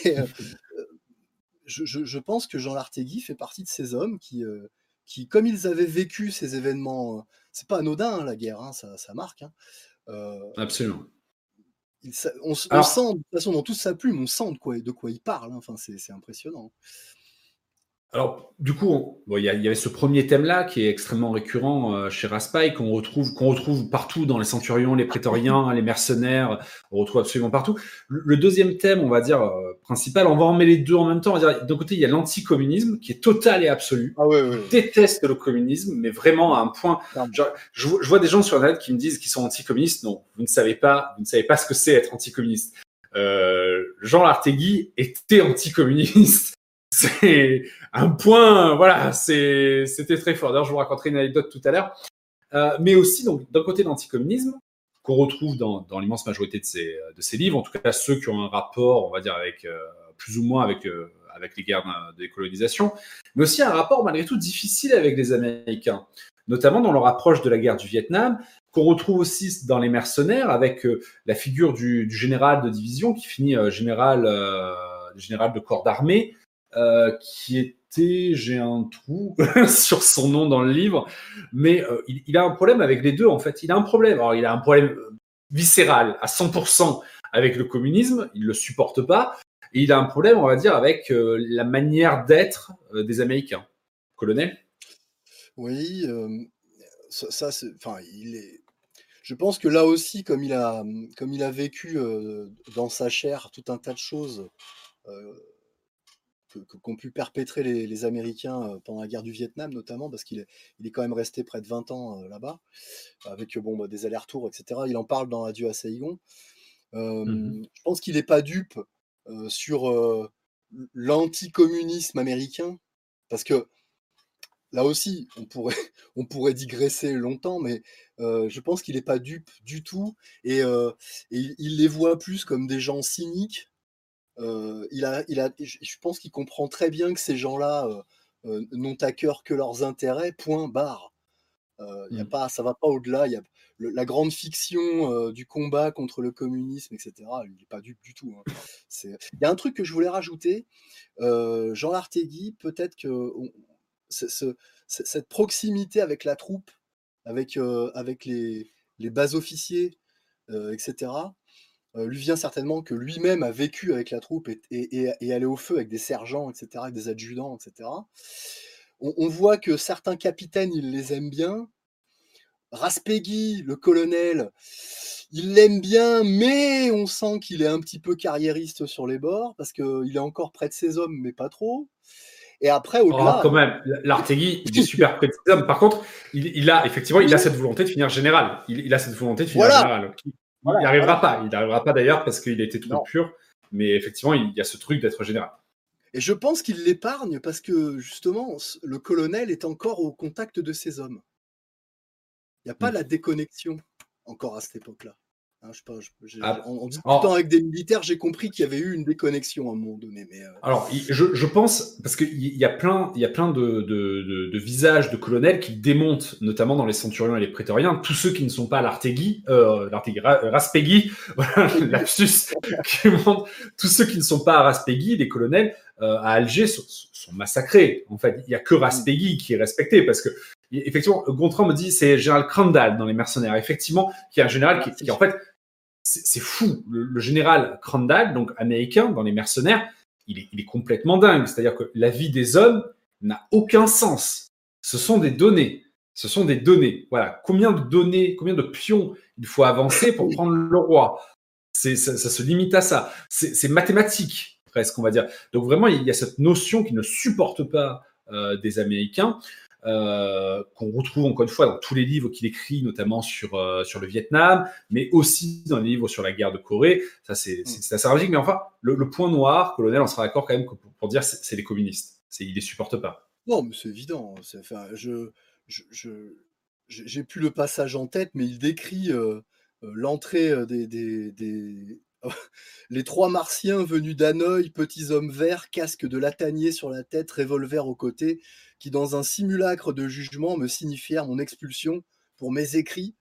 S2: je pense que Jean Lartégui fait partie de ces hommes qui, comme ils avaient vécu ces événements, c'est pas anodin, hein, la guerre, hein, ça marque, hein. Heu,
S1: Absolument.
S2: on
S1: Alors,
S2: sent de toute façon dans toute sa plume, on sent de quoi il parle, hein. Enfin, c'est impressionnant.
S1: Alors, du coup, bon, il y avait ce premier thème-là qui est extrêmement récurrent chez Raspail, qu'on retrouve partout dans les centurions, les prétoriens, les mercenaires, on retrouve absolument partout. Le deuxième thème, on va dire, principal, on va en mêler deux en même temps. On va dire, d'un côté, il y a l'anticommunisme qui est total et absolu.
S2: Ah ouais,
S1: Il
S2: ouais, ouais,
S1: déteste le communisme, mais vraiment à un point.
S2: clairement.
S1: Genre, je vois des gens sur Internet qui me disent qu'ils sont anticommunistes. Non, vous ne savez pas ce que c'est être anticommuniste. Jean Lartégui était anticommuniste. C'est un point, voilà, c'était très fort. D'ailleurs, je vous raconterai une anecdote tout à l'heure. Mais aussi, donc, d'un côté, l'anticommunisme, qu'on retrouve dans l'immense majorité de ces livres, en tout cas ceux qui ont un rapport, on va dire, avec plus ou moins avec les guerres de décolonisation, mais aussi un rapport malgré tout difficile avec les Américains, notamment dans leur approche de la guerre du Vietnam, qu'on retrouve aussi dans les mercenaires, avec la figure du général de division qui finit général de corps d'armée, qui était, j'ai un trou sur son nom dans le livre, mais il a un problème avec les deux en fait. Il a un problème. Alors il a un problème viscéral à 100% avec le communisme, il le supporte pas. Et il a un problème, on va dire, avec la manière d'être des Américains. Colonel?
S2: Oui, je pense que là aussi, comme il a vécu dans sa chair tout un tas de choses euh, qu'ont pu perpétrer les Américains pendant la guerre du Vietnam, notamment, parce il est quand même resté près de 20 ans là-bas, avec des allers-retours, etc. Il en parle dans Adieu à Saïgon. Je pense qu'il n'est pas dupe sur l'anticommunisme américain, parce que là aussi, on pourrait digresser longtemps, mais je pense qu'il n'est pas dupe du tout, et il les voit plus comme des gens cyniques. Je pense qu'il comprend très bien que ces gens-là n'ont à cœur que leurs intérêts, point barre. Y a pas, ça va pas au-delà. La grande fiction du combat contre le communisme, etc. Il n'est pas dupe du tout, hein. Il y a un truc que je voulais rajouter. Jean Lartégui, peut-être que cette proximité avec la troupe, avec les bas officiers, etc., lui vient certainement que lui-même a vécu avec la troupe et allé au feu avec des sergents, etc., avec des adjudants, etc. On voit que certains capitaines, ils les aiment bien. Raspegui, le colonel, il l'aime bien, mais on sent qu'il est un petit peu carriériste sur les bords, parce qu'il est encore près de ses hommes, mais pas trop. Et après,
S1: Oh,
S2: au-delà,
S1: quand même, Lartégui, il est super près de ses hommes. Par contre, il a effectivement, il a cette volonté de finir général. Il a cette volonté de finir
S2: voilà,
S1: général. Il
S2: voilà,
S1: n'y arrivera
S2: voilà.
S1: pas. Il n'arrivera pas d'ailleurs parce qu'il était trop
S2: Non.
S1: pur. Mais effectivement, il y a ce truc d'être général.
S2: Et je pense qu'il l'épargne parce que justement, le colonel est encore au contact de ses hommes. Il n'y a pas la déconnexion encore à cette époque-là. Hein, je sais pas,
S1: Ah,
S2: en discutant
S1: alors,
S2: avec des militaires, j'ai compris qu'il y avait eu une déconnexion à un moment donné. Mais
S1: alors, je pense, parce qu'il y a plein de visages de colonels qui démontent, notamment dans les centurions et les prétoriens, tous ceux qui ne sont pas Raspegui, voilà, lapsus, qui montrent, tous ceux qui ne sont pas à Raspegui, les colonels, à Alger, sont massacrés. En fait, il n'y a que Raspegui qui est respecté, parce que, effectivement, Gontran me dit, c'est général Crandall dans les mercenaires. Effectivement, qui est un général qui en fait, c'est fou. Le général Crandall, donc américain, dans les mercenaires, il est complètement dingue. C'est-à-dire que la vie des hommes n'a aucun sens. Ce sont des données. Ce sont des données. Voilà. Combien de données, combien de pions il faut avancer pour prendre le roi? Ça se limite à ça. C'est mathématique, presque, on va dire. Donc vraiment, il y a cette notion qui ne supporte pas des Américains. Qu'on retrouve encore une fois dans tous les livres qu'il écrit, notamment sur le Vietnam, mais aussi dans les livres sur la guerre de Corée. Ça, c'est assez dramatique. Mais enfin, le point noir, colonel, on sera d'accord quand même pour dire c'est les communistes. Il les supporte pas.
S2: non, mais c'est évident. Enfin, j'ai plus le passage en tête, mais il décrit l'entrée les trois martiens venus d'Hanoï, petits hommes verts, casque de latanier sur la tête, revolver au côté, qui dans un simulacre de jugement me signifièrent mon expulsion pour mes écrits.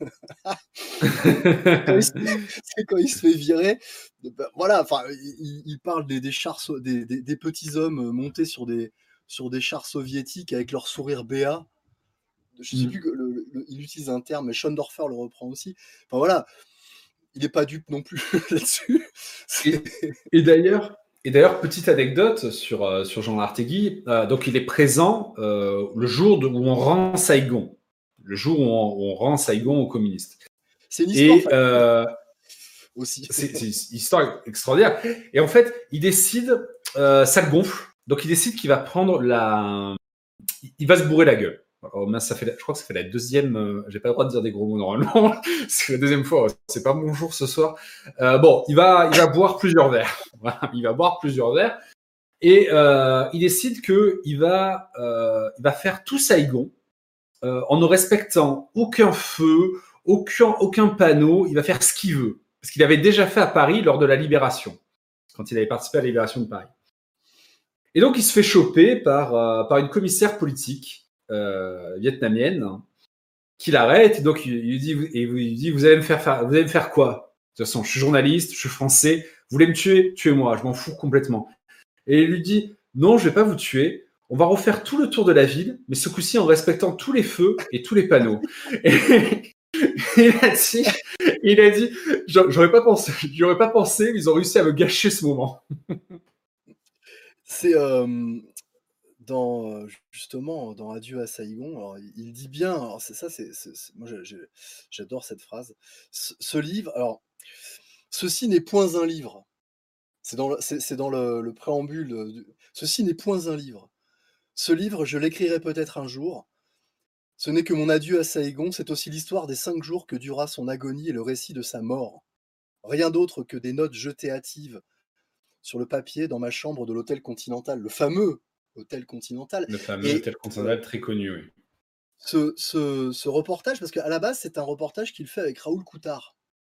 S2: C'est quand il se fait virer. Ben, voilà, enfin, il parle des chars, des petits hommes montés sur des chars soviétiques avec leur sourire béat. Je sais plus que il utilise un terme, mais Schondorfer le reprend aussi. Enfin voilà, il n'est pas dupe non plus là-dessus.
S1: Et d'ailleurs, petite anecdote sur Jean Lartégui. Donc, il est présent le jour où on rend Saigon. Le jour où on rend Saigon aux communistes.
S2: C'est une histoire aussi.
S1: C'est une histoire extraordinaire. Et en fait, il décide, ça le gonfle. Donc, il décide qu'il va prendre il va se bourrer la gueule. Alors, je crois que ça fait la deuxième. J'ai pas le droit de dire des gros mots normalement. C'est la deuxième fois. C'est pas mon jour ce soir. Bon, il va boire plusieurs verres. Voilà, il va boire plusieurs verres et il décide que il va faire tout Saigon en ne respectant aucun feu, aucun panneau. Il va faire ce qu'il veut parce qu'il avait déjà fait à Paris lors de la Libération, quand il avait participé à la Libération de Paris. Et donc, il se fait choper par une commissaire politique vietnamienne qui l'arrête. Et donc, il lui dit, vous allez me faire quoi? De toute façon, je suis journaliste, je suis français. Vous voulez me tuer? Tuez-moi, je m'en fous complètement. Et il lui dit, non, je vais pas vous tuer. On va refaire tout le tour de la ville, mais ce coup-ci en respectant tous les feux et tous les panneaux. il a dit, j'aurais pas pensé, mais ils ont réussi à me gâcher ce moment.
S2: C'est justement dans Adieu à Saïgon, alors il dit bien, alors c'est ça, moi j'adore cette phrase. Ce livre, alors ceci n'est point un livre. C'est dans le préambule. Ceci n'est point un livre. Ce livre, je l'écrirai peut-être un jour. Ce n'est que mon adieu à Saïgon, c'est aussi l'histoire des 5 jours que dura son agonie et le récit de sa mort. Rien d'autre que des notes jetées hâtives sur le papier dans ma chambre de l'hôtel Continental, le fameux hôtel Continental.
S1: Le fameux
S2: Et
S1: hôtel Continental très connu, oui.
S2: ce reportage, parce qu'à la base, c'est un reportage qu'il fait avec Raoul Coutard.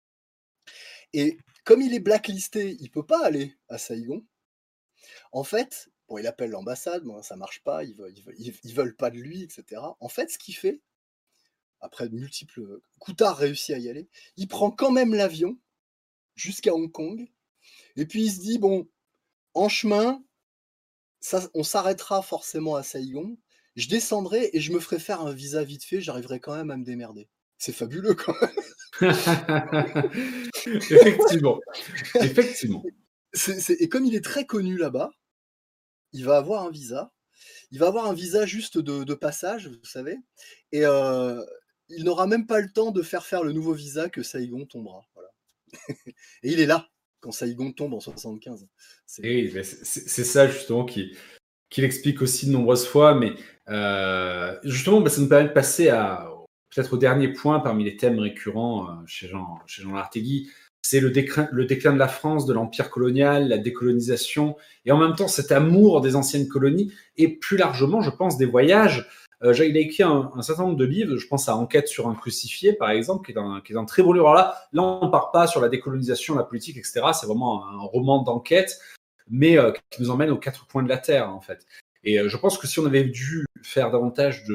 S2: Et comme il est blacklisté, il peut pas aller à Saïgon. En fait, bon, il appelle l'ambassade, bon, ça marche pas, ils veulent pas de lui, etc. En fait, ce qu'il fait, après de multiples Coutard réussit à y aller, il prend quand même l'avion jusqu'à Hong Kong, et puis il se dit, bon, en chemin, ça, on s'arrêtera forcément à Saïgon, je descendrai et je me ferai faire un visa vite fait, j'arriverai quand même à me démerder. C'est fabuleux quand même.
S1: Effectivement. Effectivement.
S2: Et comme il est très connu là-bas, il va avoir un visa. Il va avoir un visa juste de passage, vous savez, et il n'aura même pas le temps de faire le nouveau visa que Saïgon tombera. Voilà. Et il est là quand Saïgon tombe en 75.
S1: Et c'est ça justement qu'il explique aussi de nombreuses fois, mais justement, ça nous permet de passer peut-être au dernier point parmi les thèmes récurrents chez Jean Lartégui. C'est le déclin de la France, de l'empire colonial, la décolonisation, et en même temps cet amour des anciennes colonies, et plus largement, je pense, des voyages. Il a écrit un certain nombre de livres, je pense à Enquête sur un crucifié, par exemple, qui est un très beau livre. Alors là, on ne part pas sur la décolonisation, la politique, etc. C'est vraiment un roman d'enquête, mais qui nous emmène aux 4 coins de la Terre, en fait. Et je pense que si on avait dû faire davantage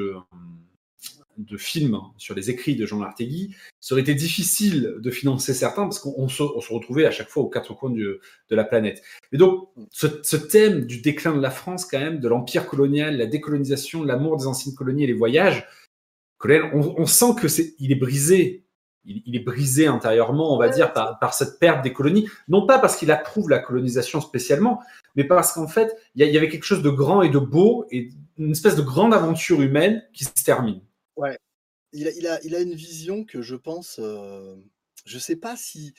S1: de films sur les écrits de Jean Lartégui, ça aurait été difficile de financer certains parce qu'on se retrouvait à chaque fois aux 4 coins de la planète. Et donc, ce thème du déclin de la France, quand même, de l'empire colonial, la décolonisation, l'amour des anciennes colonies et les voyages, on sent qu'il est brisé. Il est brisé intérieurement, on va dire, par cette perte des colonies. Non pas parce qu'il approuve la colonisation spécialement, mais parce qu'en fait, il y avait quelque chose de grand et de beau et une espèce de grande aventure humaine qui se termine.
S2: Ouais. Il a une vision que je pense, je sais pas si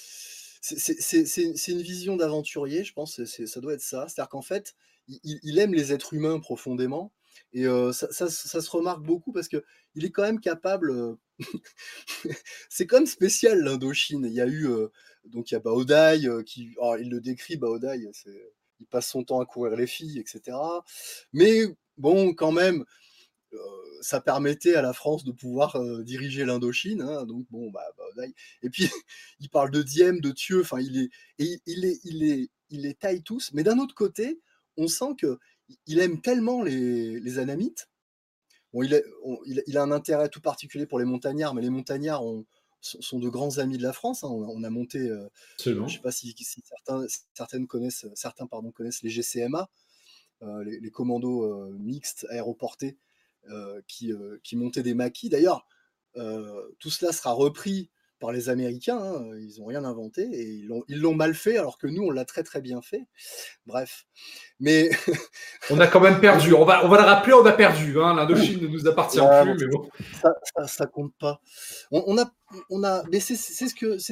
S2: c'est une vision d'aventurier, je pense, ça doit être ça. C'est-à-dire qu'en fait, il aime les êtres humains profondément, et ça se remarque beaucoup parce qu'il est quand même capable, c'est quand même spécial l'Indochine. Il y a eu, donc il y a Bao Dai, alors il le décrit, Bao Dai, il passe son temps à courir les filles, etc. Mais bon, quand même, ça permettait à la France de pouvoir diriger l'Indochine, hein, donc bon, et puis il parle de Diem, de Thieu, enfin il les taille tous, mais d'un autre côté, on sent que il aime tellement les Anamites. Bon, il a un intérêt tout particulier pour les montagnards, mais les montagnards sont de grands amis de la France, hein. On a monté, je ne sais pas si certains connaissent les GCMA, les commandos mixtes aéroportés, qui montaient des maquis. D'ailleurs, tout cela sera repris par les Américains, hein, ils n'ont rien inventé et ils l'ont mal fait alors que nous, on l'a très très bien fait. Bref, mais
S1: on a quand même perdu. On va le rappeler, on a perdu. Hein. L'Indochine ne nous appartient plus, mais bon.
S2: Ça compte pas. Mais c'est ce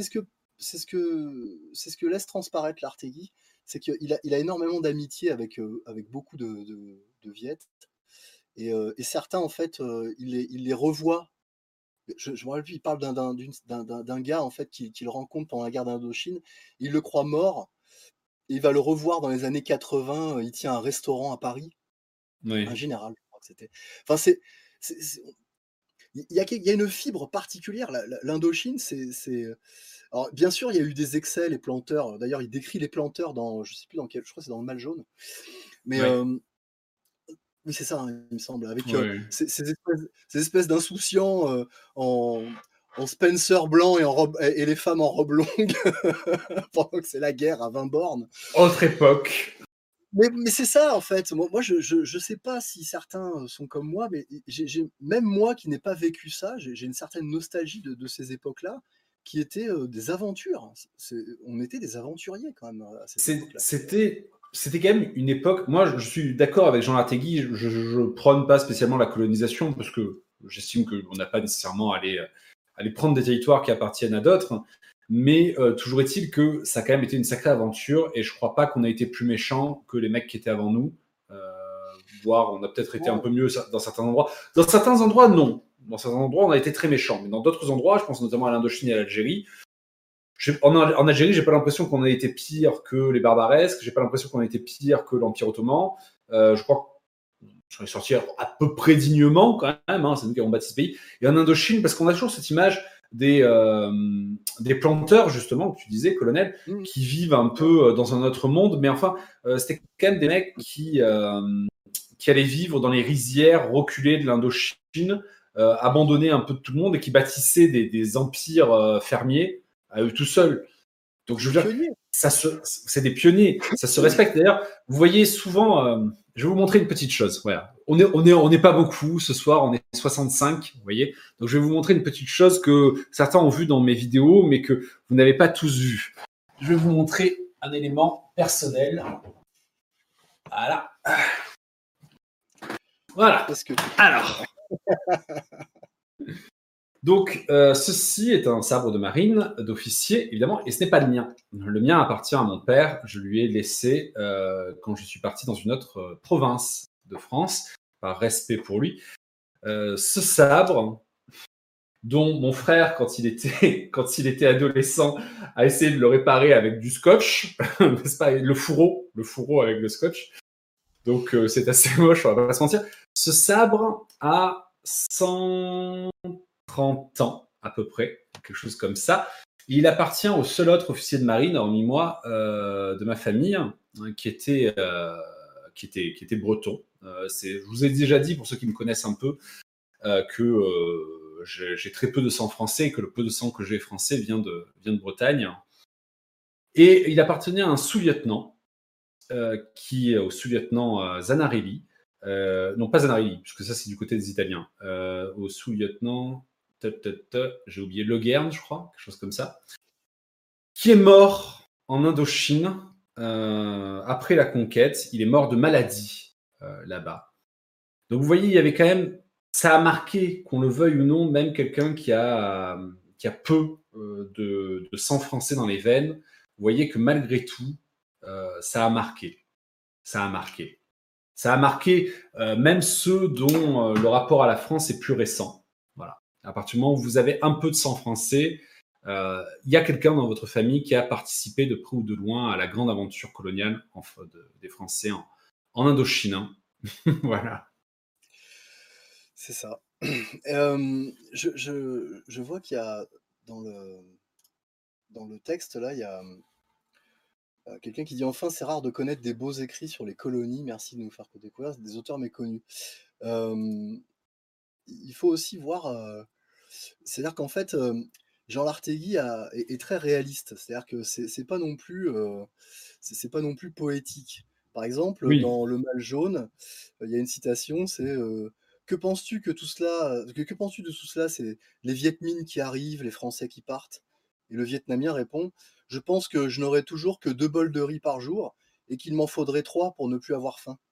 S2: que laisse transparaître Lartégui, c'est qu'il a énormément d'amitié avec beaucoup de Viettes, et certains en fait, il les revoit. Je me rappelle plus, il parle d'un gars en fait qu'il rencontre pendant la guerre d'Indochine, il le croit mort, et il va le revoir dans les années 80, il tient un restaurant à Paris,
S1: Oui.
S2: un général, je crois que c'était. Enfin, il y a une fibre particulière. L'Indochine, alors bien sûr, il y a eu des excès, les planteurs. D'ailleurs, il décrit les planteurs dans, je sais plus dans quel, je crois que c'est dans Le Mal jaune. Mais
S1: Ouais.
S2: oui, c'est ça, hein, il me semble, avec
S1: Ouais.
S2: ces espèces d'insouciants en Spencer blanc et les femmes en robe longue pendant que c'est la guerre à 20 bornes.
S1: Autre époque.
S2: Mais c'est ça en fait. Moi je sais pas si certains, sont comme moi, mais même moi qui n'ai pas vécu ça, j'ai une certaine nostalgie de ces époques-là, qui étaient, des aventures. On était des aventuriers quand même, à cette époque-là.
S1: C'était quand même une époque. Moi, je suis d'accord avec Jean Lartégui. Je prône pas spécialement la colonisation parce que j'estime qu'on n'a pas nécessairement à aller prendre des territoires qui appartiennent à d'autres. Mais toujours est-il que ça a quand même été une sacrée aventure et je crois pas qu'on a été plus méchants que les mecs qui étaient avant nous. Euh, Voire, on a peut-être été un peu mieux dans certains endroits. Dans certains endroits, non. Dans certains endroits, on a été très méchants. Mais dans d'autres endroits, je pense notamment à l'Indochine et à l'Algérie, en Algérie, j'ai pas l'impression qu'on a été pire que les Barbaresques, j'ai pas l'impression qu'on a été pire que l'Empire ottoman. Je crois qu'on est sorti à peu près dignement quand même, hein, c'est nous qui avons bâti ce pays. Et en Indochine, parce qu'on a toujours cette image des planteurs, justement, que tu disais, colonel,
S2: Mmh.
S1: qui vivent un peu dans un autre monde, mais enfin, c'était quand même des mecs qui allaient vivre dans les rizières reculées de l'Indochine, abandonnés un peu de tout le monde et qui bâtissaient des empires fermiers à eux tout seuls. Donc je veux dire,
S2: Pionniers.
S1: c'est des pionniers, ça se respecte. D'ailleurs, vous voyez souvent, je vais vous montrer une petite chose. Voilà, on n'est pas beaucoup ce soir, on est 65, vous voyez. Donc je vais vous montrer une petite chose que certains ont vu dans mes vidéos, mais que vous n'avez pas tous vu. Je vais vous montrer un élément personnel. Voilà. Voilà. Alors. Donc, ceci est un sabre de marine d'officier, évidemment, et ce n'est pas le mien. Le mien appartient à mon père. Je lui ai laissé quand je suis parti dans une autre province de France, par respect pour lui. Ce sabre, dont mon frère, quand il était adolescent, a essayé de le réparer avec du scotch, n'est-ce pas, le fourreau avec le scotch. Donc, c'est assez moche, on va pas se mentir. Ce sabre a 130 ans à peu près, quelque chose comme ça. Il appartient au seul autre officier de marine, hormis moi, de ma famille, hein, qui était breton. Je vous ai déjà dit, pour ceux qui me connaissent un peu, que j'ai très peu de sang français et que le peu de sang que j'ai français vient de Bretagne. Et il appartenait à un sous-lieutenant, qui est au sous-lieutenant Zanarelli. Non, pas Zanarelli, puisque ça c'est du côté des Italiens. Au sous-lieutenant, j'ai oublié Le Guern, je crois, quelque chose comme ça, qui est mort en Indochine après la conquête. Il est mort de maladie là-bas. Donc vous voyez, il y avait quand même, ça a marqué, qu'on le veuille ou non, même quelqu'un qui a peu de sang français dans les veines. Vous voyez que malgré tout, ça a marqué. Ça a marqué. Ça a marqué même ceux dont le rapport à la France est plus récent. Voilà. À partir du moment où vous avez un peu de sang français, il y a quelqu'un dans votre famille qui a participé de près ou de loin à la grande aventure coloniale des Français en Indochine. Hein. Voilà.
S2: C'est ça. Je vois qu'il y a dans le texte là, il y a quelqu'un qui dit: «Enfin, c'est rare de connaître des beaux écrits sur les colonies. Merci de nous faire découvrir des auteurs méconnus». Hem, il faut aussi voir, c'est-à-dire qu'en fait, Jean Lartégui est très réaliste. C'est-à-dire que c'est pas non plus, c'est pas non plus poétique. Par exemple,
S1: Oui.
S2: dans Le Mâle jaune, il y a une citation, c'est, «Que penses-tu que penses-tu de tout cela? C'est les Viet Minh qui arrivent, les Français qui partent». Et le Vietnamien répond: «Je pense que je n'aurai toujours que 2 bols de riz par jour et qu'il m'en faudrait 3 pour ne plus avoir faim».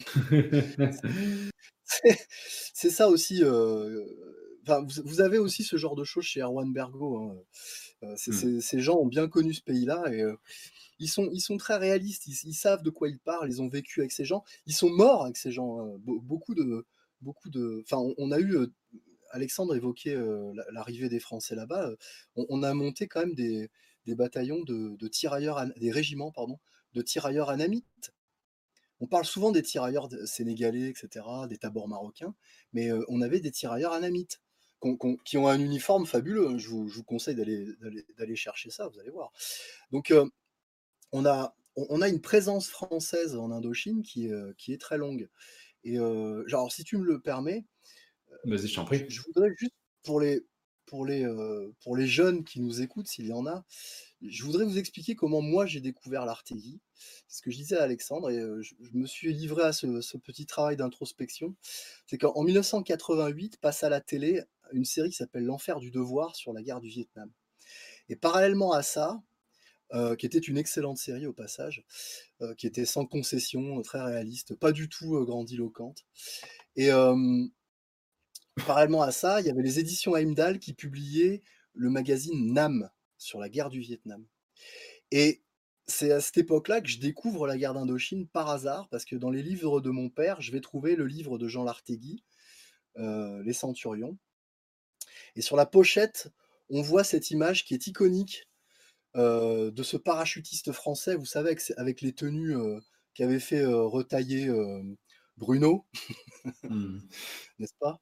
S2: C'est ça aussi, enfin, vous avez aussi ce genre de choses chez Erwan Bergos, hein,
S1: Hmm.
S2: ces gens ont bien connu ce pays-là et ils sont très réalistes, ils savent de quoi ils parlent, ils ont vécu avec ces gens, ils sont morts avec ces gens, hein. Beaucoup de enfin, on a eu, Alexandre évoquait, l'arrivée des Français là-bas, on a monté quand même des bataillons de tirailleurs des régiments, pardon, de tirailleurs anamites. On parle souvent des tirailleurs sénégalais, et cetera, des tabords marocains, mais on avait des tirailleurs anamites qui ont un uniforme fabuleux, hein. Je vous conseille d'aller chercher ça, vous allez voir. Donc on a une présence française en Indochine qui est très longue et genre, si tu me le permets,
S1: Vas-y, je t'en
S2: je
S1: prie.
S2: je voudrais juste pour les pour les jeunes qui nous écoutent, s'il y en a, je voudrais vous expliquer comment moi j'ai découvert l'Artégie. C'est ce que je disais à Alexandre et je me suis livré à ce petit travail d'introspection. C'est qu'en 1988 passe à la télé une série qui s'appelle L'Enfer du devoir sur la guerre du Vietnam. Et parallèlement à ça, qui était une excellente série au passage, qui était sans concession, très réaliste, pas du tout grandiloquente. Et parallèlement à ça, il y avait les éditions Heimdall qui publiaient le magazine Nam sur la guerre du Vietnam. Et c'est à cette époque-là que je découvre la guerre d'Indochine par hasard, parce que dans les livres de mon père, je vais trouver le livre de Jean Lartégui, Les Centurions. Et sur la pochette, on voit cette image qui est iconique de ce parachutiste français, vous savez, avec les tenues qu'avait fait retailler Bruno,
S1: Hmm.
S2: n'est-ce pas?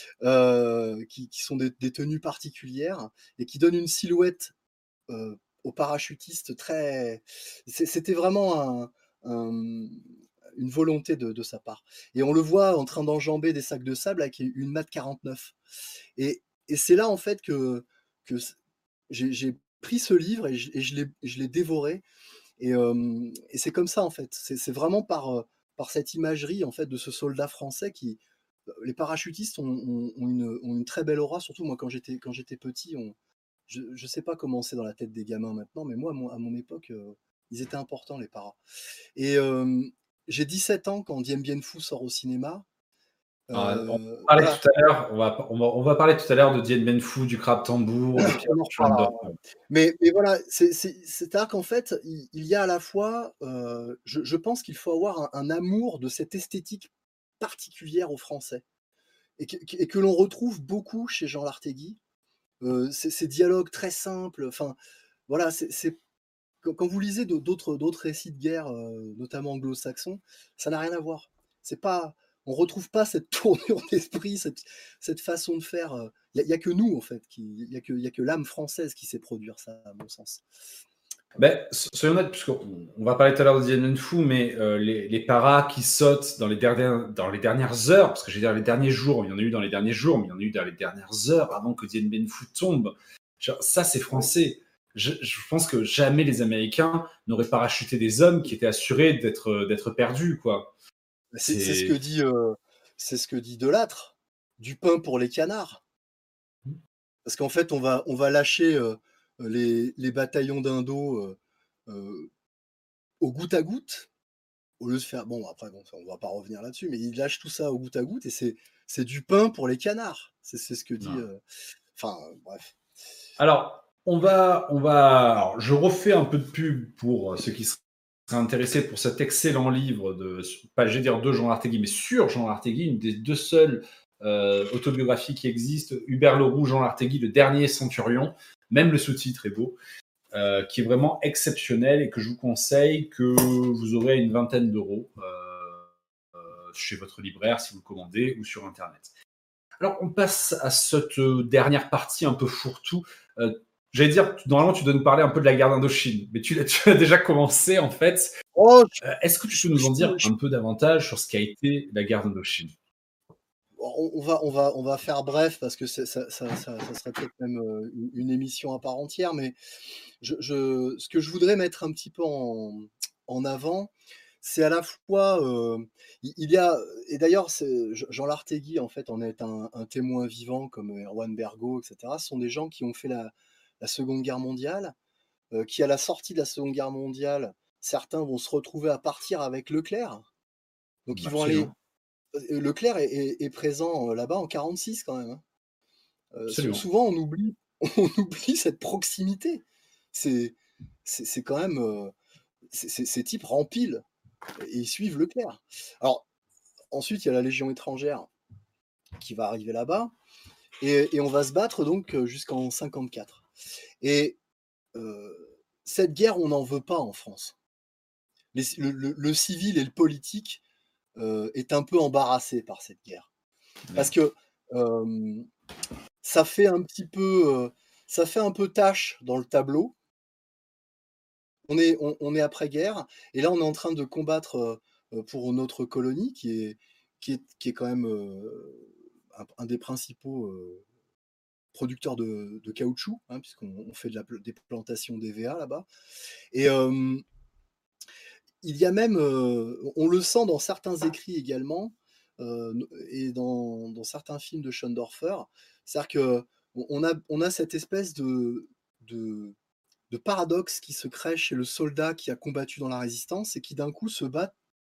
S2: Qui sont des tenues particulières et qui donnent une silhouette au parachutiste très. C'était vraiment une volonté de sa part. Et on le voit en train d'enjamber des sacs de sable avec une Mat 49. Et c'est là en fait que j'ai pris ce livre et je l'ai dévoré. Et c'est comme ça en fait. C'est vraiment par cette imagerie en fait de ce soldat français qui. Les parachutistes ont une très belle aura, surtout moi quand j'étais petit. Je ne sais pas comment c'est dans la tête des gamins maintenant, mais moi à mon époque, ils étaient importants les paras. Et j'ai 17 ans quand Dien Bien Phu sort au cinéma.
S1: On parlait
S2: Voilà,
S1: tout à l'heure, on va parler tout à l'heure de Dien Bien Phu, du crabe tambour, de Pierre
S2: on en
S1: Schwender.
S2: reparlera. Mais voilà, c'est-à-dire qu'en fait, il y a à la fois, je pense qu'il faut avoir un amour de cette esthétique particulière aux Français et que l'on retrouve beaucoup chez Jean Lartégui. Ces dialogues très simples, enfin, voilà, quand vous lisez d'autres récits de guerre, notamment anglo-saxons, ça n'a rien à voir. C'est pas, on retrouve pas cette tournure d'esprit, cette façon de faire. Il y a que nous en fait, il y a que l'âme française qui sait produire ça, à mon sens.
S1: Ben, soyons honnêtes, puisqu'on va parler tout à l'heure de Dien Bien Phu, mais les paras qui sautent dans les dernières heures, parce que je vais dire les derniers jours, il y en a eu dans les derniers jours, mais il y en a eu dans les dernières heures avant que Dien Bien Phu tombe. Genre, ça, c'est français. Je pense que jamais les Américains n'auraient parachuté des hommes qui étaient assurés d'être perdus, quoi. C'est
S2: C'est ce que dit Delattre, du pain pour les canards. Parce qu'en fait, on va lâcher les bataillons d'indo au goutte à goutte, au lieu de faire. Bon, après, bon, on va pas revenir là-dessus, mais ils lâchent tout ça au goutte à goutte et c'est du pain pour les canards. C'est ce que dit.
S1: non.
S2: Enfin, bref.
S1: Alors, alors, je refais un peu de pub pour ceux qui seraient intéressés pour cet excellent livre pas, je vais dire de Jean Lartégui, mais sur Jean Lartégui, une des deux seules autobiographies qui existent, Hubert Leroux, Jean Lartégui, le dernier centurion. Même le sous-titre est beau, qui est vraiment exceptionnel et que je vous conseille, que vous aurez à une vingtaine d'euros chez votre libraire si vous le commandez ou sur Internet. Alors, on passe à cette dernière partie un peu fourre-tout. J'allais dire, normalement, tu dois nous parler un peu de la guerre d'Indochine, mais tu as déjà commencé, en fait.
S2: Oh,
S1: Est-ce que tu peux nous en dire
S2: je-
S1: un peu davantage sur ce qu'a été la guerre d'Indochine?
S2: on va faire bref parce que ça serait peut-être même une émission à part entière, mais ce que je voudrais mettre un petit peu en avant, c'est à la fois, il y a, et d'ailleurs, Jean Lartégui, en fait, en est un témoin vivant comme Erwan Bergo, etc. Ce sont des gens qui ont fait la Seconde Guerre mondiale, qui, à la sortie de la Seconde Guerre mondiale, certains vont se retrouver à partir avec Leclerc. Donc, ils vont aller.
S1: Absolument.
S2: Leclerc est présent là-bas en 46 quand même, hein.
S1: Absolument.
S2: Souvent, on oublie, on oublie cette proximité. C'est c'est quand même. Ces types rempilent et ils suivent Leclerc. Alors, ensuite, il y a la Légion étrangère qui va arriver là-bas et on va se battre donc jusqu'en 54. Et cette guerre, on n'en veut pas en France. Le civil et le politique est un peu embarrassé par cette guerre. Parce
S1: Ouais.
S2: que ça fait un petit peu, ça fait un peu tâche dans le tableau. On est après-guerre et là, on est en train de combattre pour notre colonie qui est quand même un des principaux producteur de caoutchouc, hein, puisqu'on fait des plantations d'EVA là-bas. Et il y a même, on le sent dans certains écrits également, et dans certains films de Schoendorfer. C'est-à-dire qu'on a cette espèce de, de paradoxe qui se crée chez le soldat qui a combattu dans la résistance et qui d'un coup se bat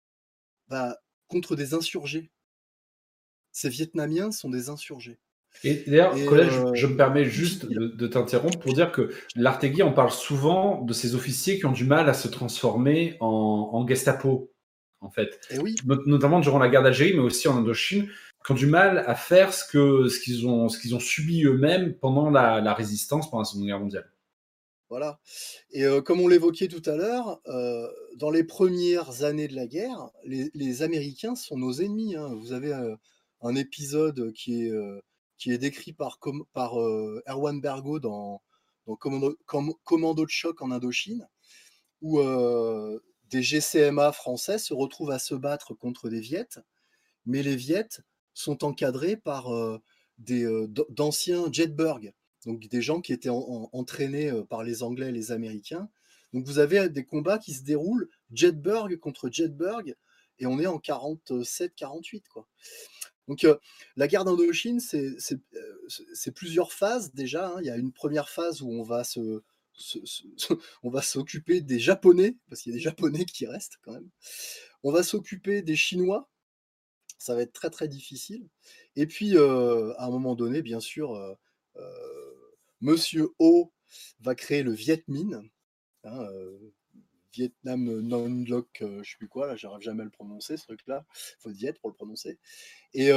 S2: contre des insurgés. Ces Vietnamiens sont des insurgés.
S1: Et d'ailleurs, Colette, je me permets juste de t'interrompre pour dire que Lartegui en parle souvent de ces officiers qui ont du mal à se transformer en Gestapo, en fait.
S2: Et oui.
S1: Notamment durant la guerre d'Algérie, mais aussi en Indochine, qui ont du mal à faire ce qu'ils ont subi eux-mêmes pendant la résistance, pendant la Seconde Guerre mondiale.
S2: Voilà. Et comme on l'évoquait tout à l'heure, dans les premières années de la guerre, les Américains sont nos ennemis, hein. Vous avez un épisode qui est décrit par Erwan Bergo dans Commando de choc en Indochine, où des GCMA français se retrouvent à se battre contre des Viettes, mais les Viettes sont encadrés par d'anciens Jetburg, donc des gens qui étaient entraînés par les Anglais et les Américains. Donc vous avez des combats qui se déroulent Jetburg contre Jetburg, et on est en 47-48, quoi. Donc la guerre d'Indochine, c'est plusieurs phases déjà, hein. Il y a une première phase où on va on va s'occuper des Japonais, parce qu'il y a des Japonais qui restent quand même. On va s'occuper des Chinois. Ça va être très très difficile. Et puis à un moment donné, bien sûr, Monsieur Ho va créer le Viet Minh, hein, Vietnam Non-Loc, je sais plus quoi, là, j'arrive jamais à le prononcer, ce truc-là. Il faut le Viet pour le prononcer. Et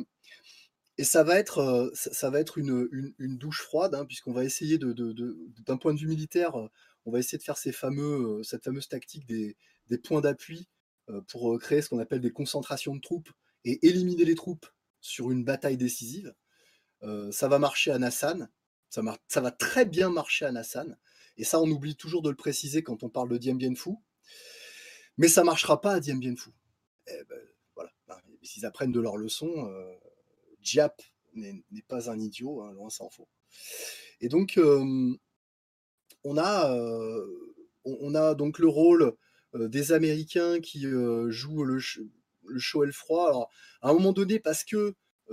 S2: ça va être une douche froide, hein, puisqu'on va essayer d'un point de vue militaire, on va essayer de faire cette fameuse tactique des points d'appui, pour créer ce qu'on appelle des concentrations de troupes et éliminer les troupes sur une bataille décisive. Ça va marcher à Nassan, ça va très bien marcher à Nassan, et ça on oublie toujours de le préciser quand on parle de Dien Bien Phu, mais ça marchera pas à Dien Bien Phu. Voilà, s'ils apprennent de leur leçon, Giap n'est pas un idiot, hein, loin s'en faut. Et donc on a donc le rôle des Américains qui jouent le chaud et le froid. Alors, à un moment donné, parce que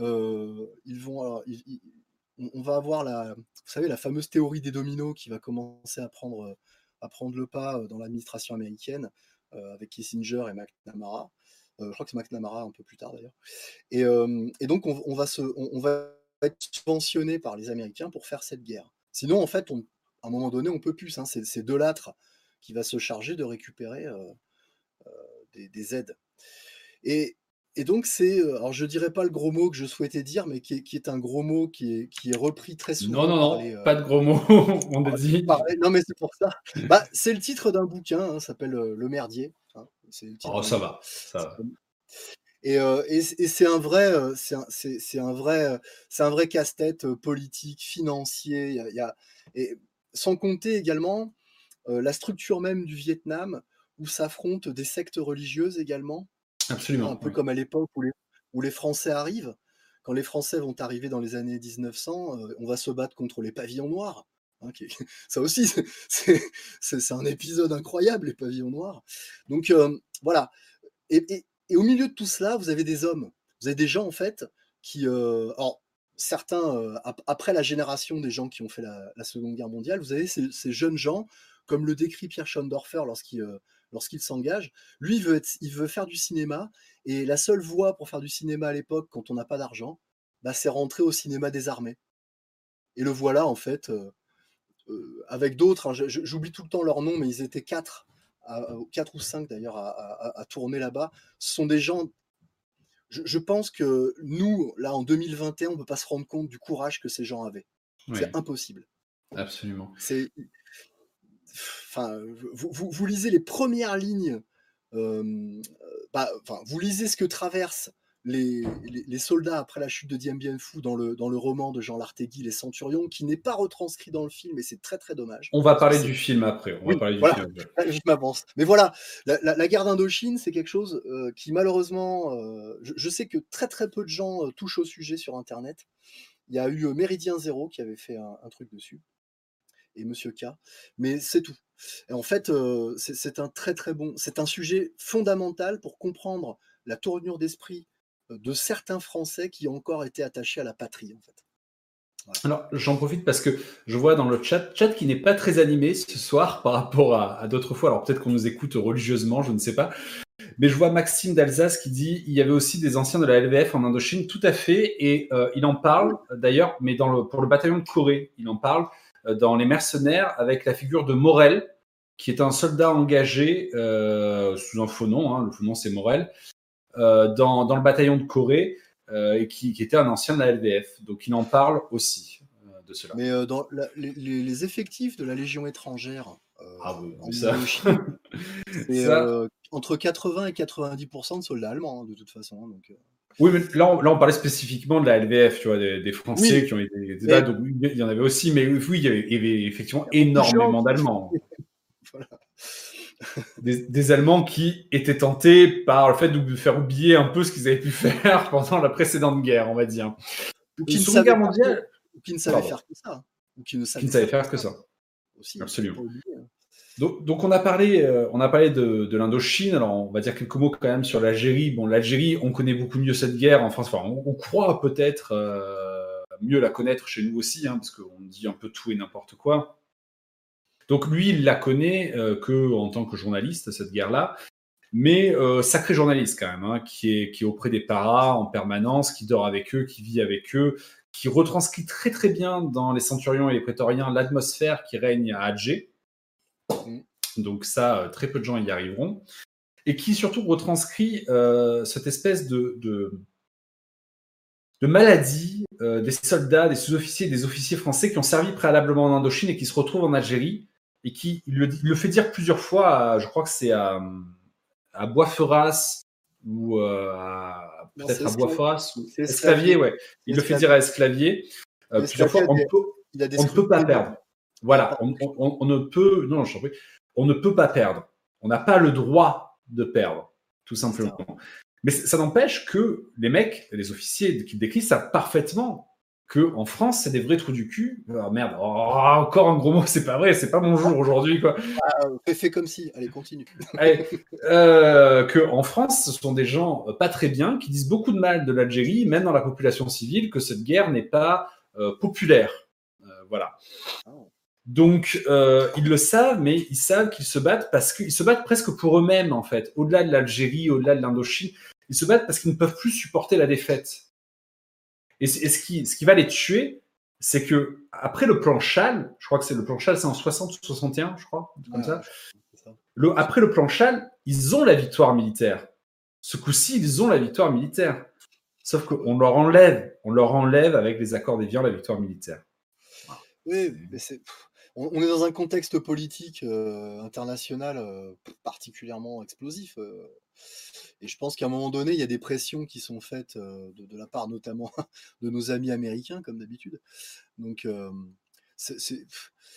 S2: on va avoir vous savez, la fameuse théorie des dominos qui va commencer à prendre le pas dans l'administration américaine, avec Kissinger et McNamara. Je crois que c'est McNamara un peu plus tard d'ailleurs. Et donc on va être subventionné par les Américains pour faire cette guerre. Sinon, en fait, à un moment donné, on peut plus, hein. C'est Delattre qui va se charger de récupérer des aides. Et donc alors je dirais pas le gros mot que je souhaitais dire, mais qui est un gros mot qui est repris très souvent.
S1: Non, pas de gros mots, on a dit.
S2: Non, mais c'est pour ça. C'est le titre d'un bouquin, hein, s'appelle Le Merdier, hein.
S1: Oh, ça va.
S2: Et c'est un vrai, c'est un vrai casse-tête politique, financier. Et sans compter également la structure même du Vietnam, où s'affrontent des sectes religieuses également.
S1: Absolument.
S2: Un peu comme à l'époque où les Français arrivent. Quand les Français vont arriver dans les années 1900, on va se battre contre les pavillons noirs. Hein, ça aussi, c'est un épisode incroyable, les pavillons noirs. Donc voilà. Et au milieu de tout cela, vous avez des hommes. Vous avez des gens, en fait, qui. Alors, certains, après la génération des gens qui ont fait la Seconde Guerre mondiale, vous avez ces jeunes gens, comme le décrit Pierre Schoendorfer lorsqu'il s'engage. Lui, il veut faire du cinéma, et la seule voie pour faire du cinéma à l'époque, quand on n'a pas d'argent, c'est rentrer au cinéma des armées. Et le voilà, en fait, avec d'autres, hein, j'oublie tout le temps leur nom, mais ils étaient 4 ou 5 d'ailleurs à tourner là-bas. Ce sont des gens. Je pense que nous, là, en 2021, on ne peut pas se rendre compte du courage que ces gens avaient.
S1: Oui.
S2: C'est impossible.
S1: Absolument.
S2: Enfin, vous lisez les premières lignes, vous lisez ce que traversent les soldats après la chute de Dien Bien Phu dans le roman de Jean Lartegui, Les Centurions, qui n'est pas retranscrit dans le film, et c'est très très dommage.
S1: On va parler du film après.
S2: Je m'avance. Mais voilà, la guerre d'Indochine, c'est quelque chose qui malheureusement, je sais que très très peu de gens touchent au sujet sur Internet, Il y a eu Méridien Zéro qui avait fait un truc dessus, et Monsieur K, mais c'est tout. Et en fait, c'est un très très bon, c'est un sujet fondamental pour comprendre la tournure d'esprit de certains Français qui ont encore été attachés à la patrie, en fait. Voilà.
S1: Alors, j'en profite parce que je vois dans le chat qui n'est pas très animé ce soir par rapport à d'autres fois. Alors, peut-être qu'on nous écoute religieusement, je ne sais pas. Mais je vois Maxime d'Alsace qui dit il y avait aussi des anciens de la LVF en Indochine, tout à fait, et il en parle d'ailleurs, mais pour le bataillon de Corée, il en parle dans Les Mercenaires avec la figure de Morel, qui est un soldat engagé sous un faux nom, le faux nom c'est Morel, dans le bataillon de Corée, et qui était un ancien de la LVF. Donc il en parle aussi de cela.
S2: Mais dans les effectifs de la Légion étrangère en
S1: ça.
S2: Indochine, c'est
S1: Ça.
S2: entre 80 et 90% de soldats allemands, de toute façon. Donc,
S1: Oui, mais là, on parlait spécifiquement de la LVF, tu vois, des Français
S2: oui,
S1: qui ont été là, donc il y en avait aussi, mais oui, il y avait effectivement énormément d'Allemands.
S2: Voilà.
S1: Des Allemands qui étaient tentés par le fait de faire oublier un peu ce qu'ils avaient pu faire pendant la précédente guerre, on va dire.
S2: Ou qui ne
S1: Seconde
S2: savaient
S1: Guerre mondiale.
S2: faire que ça. Ou qui ne
S1: savaient faire que ça.
S2: Aussi,
S1: absolument.
S2: faut pas oublier.
S1: Donc on a parlé de l'Indochine. Alors on va dire quelques mots quand même sur l'Algérie. Bon, l'Algérie, on connaît beaucoup mieux cette guerre en France. Enfin, on croit peut-être mieux la connaître chez nous aussi, parce qu'on dit un peu tout et n'importe quoi. Donc lui, il la connaît que en tant que journaliste, cette guerre-là. Mais sacré journaliste quand même, qui est auprès des paras en permanence, qui dort avec eux, qui vit avec eux, qui retranscrit très très bien dans les Centurions et les Prétoriens l'atmosphère qui règne à Alger. Donc ça, très peu de gens y arriveront. Et qui surtout retranscrit cette espèce de maladie des soldats, des sous-officiers, des officiers français qui ont servi préalablement en Indochine et qui se retrouvent en Algérie, et qui il le fait dire plusieurs fois, je crois que c'est à Boisferras, ou peut-être à Boisferras, ou Esclavier, ouais. Il le fait dire à Esclavier plusieurs fois, on ne peut pas perdre. Voilà, on ne peut, non, je t'en prie, on ne peut pas perdre. On n'a pas le droit de perdre, tout simplement. Mais ça n'empêche que les mecs, les officiers qui décrivent savent parfaitement qu'en France, c'est des vrais trous du cul. Oh, merde, encore un gros mot, c'est pas vrai, c'est pas mon jour aujourd'hui, quoi.
S2: Fais comme si, allez, continue.
S1: Qu'en France, ce sont des gens pas très bien, qui disent beaucoup de mal de l'Algérie, même dans la population civile, que cette guerre n'est pas populaire. Voilà. Donc, ils le savent, mais ils savent qu'ils se battent parce qu'ils se battent presque pour eux-mêmes, en fait. Au-delà de l'Algérie, au-delà de l'Indochine, ils se battent parce qu'ils ne peuvent plus supporter la défaite. Et ce qui va les tuer, c'est que après le plan Chal, je crois que c'est le plan Chal, c'est en 60 ou 61, je crois, comme ça. Après le plan Chal, ils ont la victoire militaire. Ce coup-ci, ils ont la victoire militaire. Sauf qu'on leur enlève avec les accords d'Évian la victoire militaire.
S2: Oui, mais on est dans un contexte politique international particulièrement explosif. Et je pense qu'à un moment donné, il y a des pressions qui sont faites de la part notamment de nos amis américains, comme d'habitude. Donc, c'est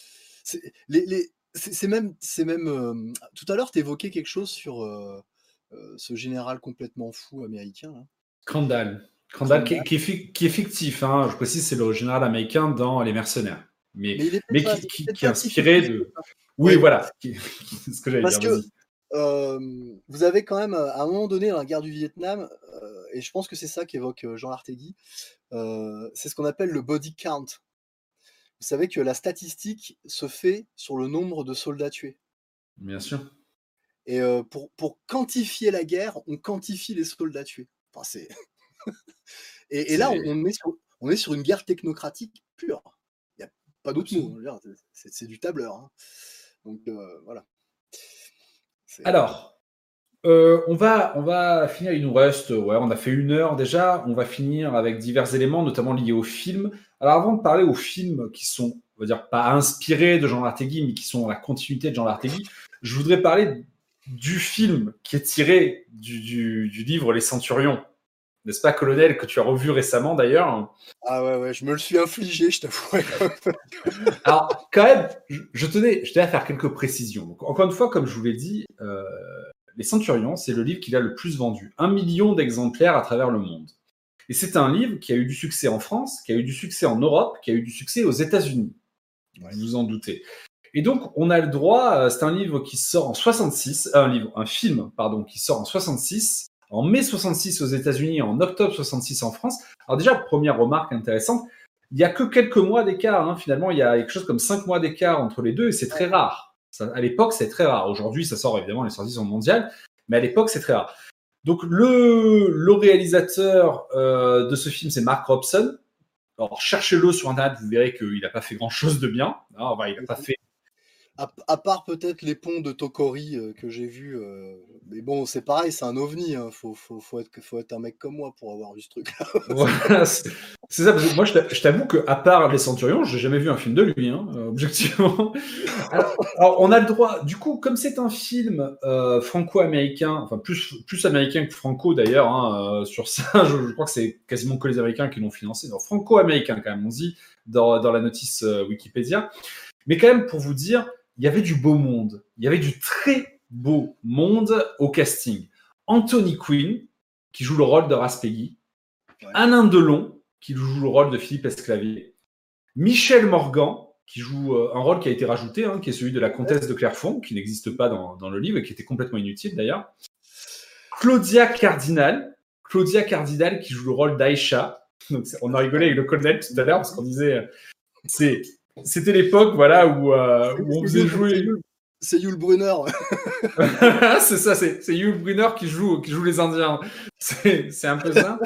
S2: même... tout à l'heure, tu évoquais quelque chose sur ce général complètement fou américain. Là.
S1: Crandall, qui est fictif. Je précise, c'est le général américain dans Les Mercenaires. Mais qui est inspiré de... Oui, voilà. C'est ce que j'allais dire.
S2: Parce que vous avez quand même, à un moment donné, dans la guerre du Vietnam, et je pense que c'est ça qu'évoque Jean Lartégui, c'est ce qu'on appelle le body count. Vous savez que la statistique se fait sur le nombre de soldats tués.
S1: Bien sûr.
S2: Et pour quantifier la guerre, on quantifie les soldats tués. Enfin, c'est... et là, on est sur une guerre technocratique pure. Il n'y a pas d'autre mot. C'est du tableur. Donc, voilà.
S1: Alors, on va finir, il nous reste, on a fait 1 heure déjà, on va finir avec divers éléments, notamment liés au film. Alors avant de parler aux films qui sont, on va dire, pas inspirés de Jean Lartégui, mais qui sont la continuité de Jean Lartégui, je voudrais parler du film qui est tiré du livre Les Centurions. N'est-ce pas, colonel, que tu as revu récemment d'ailleurs?
S2: Ah ouais, je me le suis infligé, je t'avouerai.
S1: Alors, quand même, je tenais à faire quelques précisions. Donc, encore une fois, comme je vous l'ai dit, Les Centurions, c'est le livre qu'il a le plus vendu. 1 million d'exemplaires à travers le monde. Et c'est un livre qui a eu du succès en France, qui a eu du succès en Europe, qui a eu du succès aux États-Unis. Vous vous en doutez. Et donc, on a le droit, c'est un livre qui sort en 66, un film, pardon, qui sort en 66, en mai 66 aux États-Unis et en octobre 66 en France. Alors déjà, première remarque intéressante, il n'y a que quelques mois d'écart, hein. Finalement, il y a quelque chose comme 5 mois d'écart entre les deux et c'est très rare. Ça, à l'époque, c'est très rare. Aujourd'hui, ça sort évidemment, les sorties sont mondiales, mais à l'époque, c'est très rare. Donc, le réalisateur de ce film, c'est Mark Robson. Alors, cherchez-le sur Internet, vous verrez qu'il n'a pas fait grand-chose de bien. Non, il n'a pas fait...
S2: À part peut-être les ponts de Tokori que j'ai vus, mais bon, c'est pareil, c'est un ovni. Hein. Faut être un mec comme moi pour avoir vu ce truc-là.
S1: Voilà, c'est ça, parce que moi, je t'avoue qu'à part Les Centurions, je n'ai jamais vu un film de lui, hein, objectivement. Alors, on a le droit, du coup, comme c'est un film franco-américain, enfin plus américain que franco d'ailleurs, hein, sur ça, je crois que c'est quasiment que les Américains qui l'ont financé. Donc, franco-américain quand même, on dit dans la notice Wikipédia. Mais quand même, pour vous dire, il y avait du beau monde. Il y avait du très beau monde au casting. Anthony Quinn, qui joue le rôle de Raspeggy.
S2: Ouais.
S1: Alain Delon, qui joue le rôle de Philippe Esclavier. Michel Morgan, qui joue un rôle qui a été rajouté, hein, qui est celui de la comtesse de Clairefonds, qui n'existe pas dans le livre et qui était complètement inutile d'ailleurs. Claudia Cardinal, qui joue le rôle d'Aïcha. Donc, on a rigolé avec le colonel tout à l'heure parce qu'on disait... C'était l'époque, voilà, où on faisait jouer.
S2: C'est Yul Brynner.
S1: C'est ça, c'est Yul Brynner qui joue les Indiens. C'est un peu ça.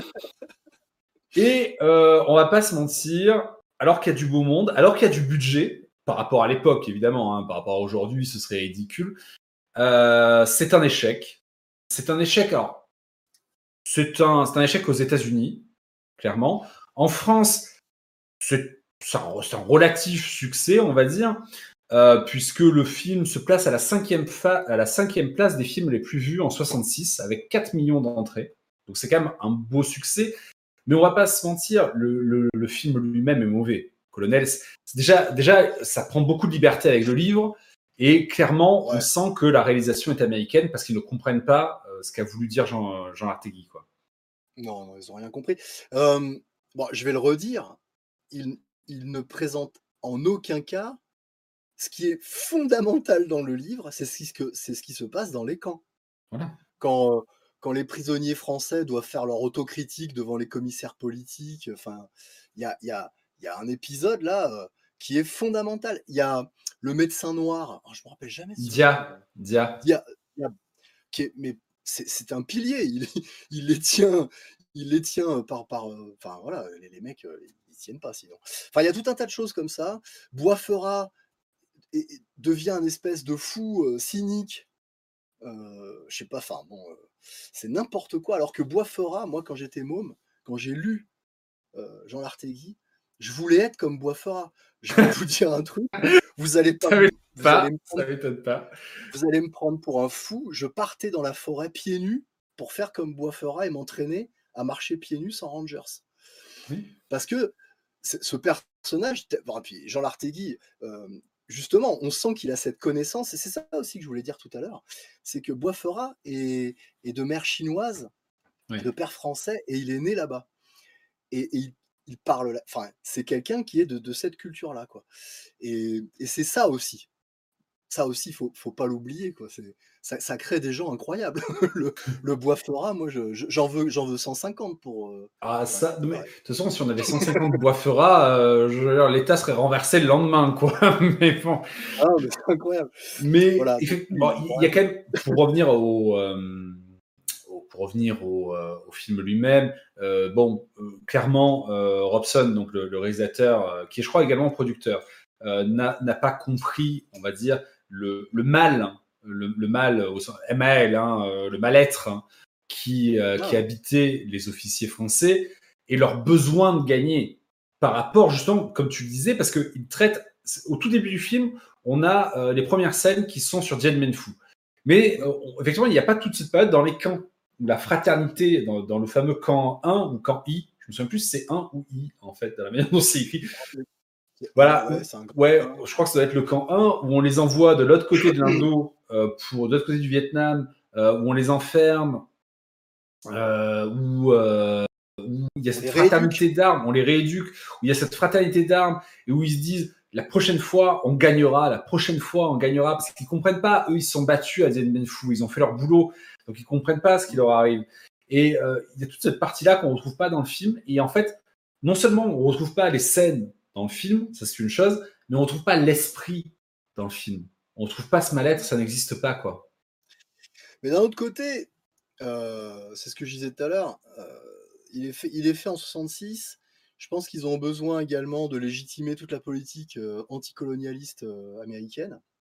S1: Et on va pas se mentir, alors qu'il y a du beau monde, alors qu'il y a du budget, par rapport à l'époque, évidemment, hein, par rapport à aujourd'hui, ce serait ridicule. C'est un échec. C'est un échec, alors, c'est un échec aux États-Unis, clairement. En France, c'est un relatif succès, on va dire, puisque le film se place à la cinquième place des films les plus vus en 66, avec 4 millions d'entrées. Donc c'est quand même un beau succès. Mais on va pas se mentir, le film lui-même est mauvais. Colonel, déjà, ça prend beaucoup de liberté avec le livre, et clairement, on sent que la réalisation est américaine parce qu'ils ne comprennent pas ce qu'a voulu dire Jean Artégui, quoi.
S2: Non, ils n'ont rien compris. Bon, je vais le redire. Il ne présente en aucun cas ce qui est fondamental dans le livre, c'est ce qui se passe dans les camps.
S1: Voilà.
S2: Quand les prisonniers français doivent faire leur autocritique devant les commissaires politiques, enfin, il y a un épisode là qui est fondamental. Il y a le médecin noir, je me rappelle jamais.
S1: Dia,
S2: mais c'est un pilier. Il les tient par enfin voilà, les mecs ils tiennent pas sinon. Enfin, il y a tout un tas de choses comme ça. Boisfera devient un espèce de fou cynique. Je sais pas, enfin bon, c'est n'importe quoi. Alors que Boisfera, moi quand j'étais môme, quand j'ai lu Jean Lartégui, je voulais être comme Boisfera. Je vais vous dire un truc, vous allez me prendre pour un fou. Je partais dans la forêt pieds nus pour faire comme Boisfera et m'entraîner à marcher pieds nus sans Rangers.
S1: Oui.
S2: Parce que ce personnage, bon, puis Jean Lartégui, justement, on sent qu'il a cette connaissance, et c'est ça aussi que je voulais dire tout à l'heure, c'est que Boisfera est de mère chinoise, de père français, et il est né là-bas. Et il parle, enfin, c'est quelqu'un qui est de cette culture-là, quoi. Et c'est ça aussi. Ça aussi, faut pas l'oublier, quoi. Ça crée des gens incroyables. le Boisfera, moi, j'en veux 150 pour.
S1: Ça, mais, de toute façon, si on avait 150 Boisfera, l'État serait renversé le lendemain, quoi. Mais bon.
S2: Ah, mais c'est incroyable.
S1: Mais voilà. Bon, il y a quand même, pour revenir au film lui-même, clairement, Robson, donc le réalisateur, qui est, je crois, également producteur, n'a pas compris, on va dire, le mal, au sens MAL, le mal-être qui habitait les officiers français et leur besoin de gagner par rapport, justement, comme tu le disais, parce qu'il traite, au tout début du film, on a les premières scènes qui sont sur Dien Bien Phu. Mais effectivement, il n'y a pas toute cette période dans les camps. La fraternité, dans le fameux camp 1 ou camp I, je me souviens plus si c'est 1 ou I, en fait, dans la manière dont c'est écrit. Voilà, je crois que ça doit être le camp 1 où on les envoie de l'autre côté de l'Indo, de l'autre côté du Vietnam, où on les enferme, où où il y a
S2: On
S1: cette
S2: les rééduque.
S1: fraternité d'armes, on les rééduque, où il y a cette fraternité d'armes, et où ils se disent, la prochaine fois, on gagnera, parce qu'ils comprennent pas, eux, ils se sont battus à Dien Bien Phu, ils ont fait leur boulot, donc ils comprennent pas ce qui leur arrive. Et il y a toute cette partie-là qu'on retrouve pas dans le film, et en fait, non seulement on retrouve pas les scènes dans le film, ça c'est une chose, mais on retrouve pas l'esprit dans le film. On retrouve pas ce mal-être, ça n'existe pas, quoi.
S2: Mais d'un autre côté, c'est ce que je disais tout à l'heure, il est fait en 66. Je pense qu'ils ont besoin également de légitimer toute la politique anticolonialiste américaine.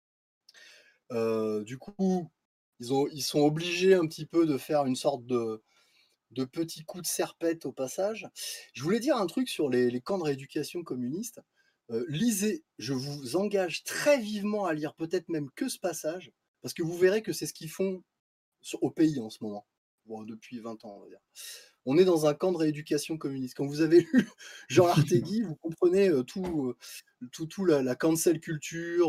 S2: Du coup, ils sont obligés un petit peu de faire une sorte de petit coup de serpette au passage. Je voulais dire un truc sur les camps de rééducation communistes. Lisez, je vous engage très vivement à lire peut-être même que ce passage, parce que vous verrez que c'est ce qu'ils font au pays en ce moment. Bon, depuis 20 ans, on va dire. On est dans un camp de rééducation communiste. Quand vous avez lu Jean Lartégui, vous comprenez tout la cancel culture.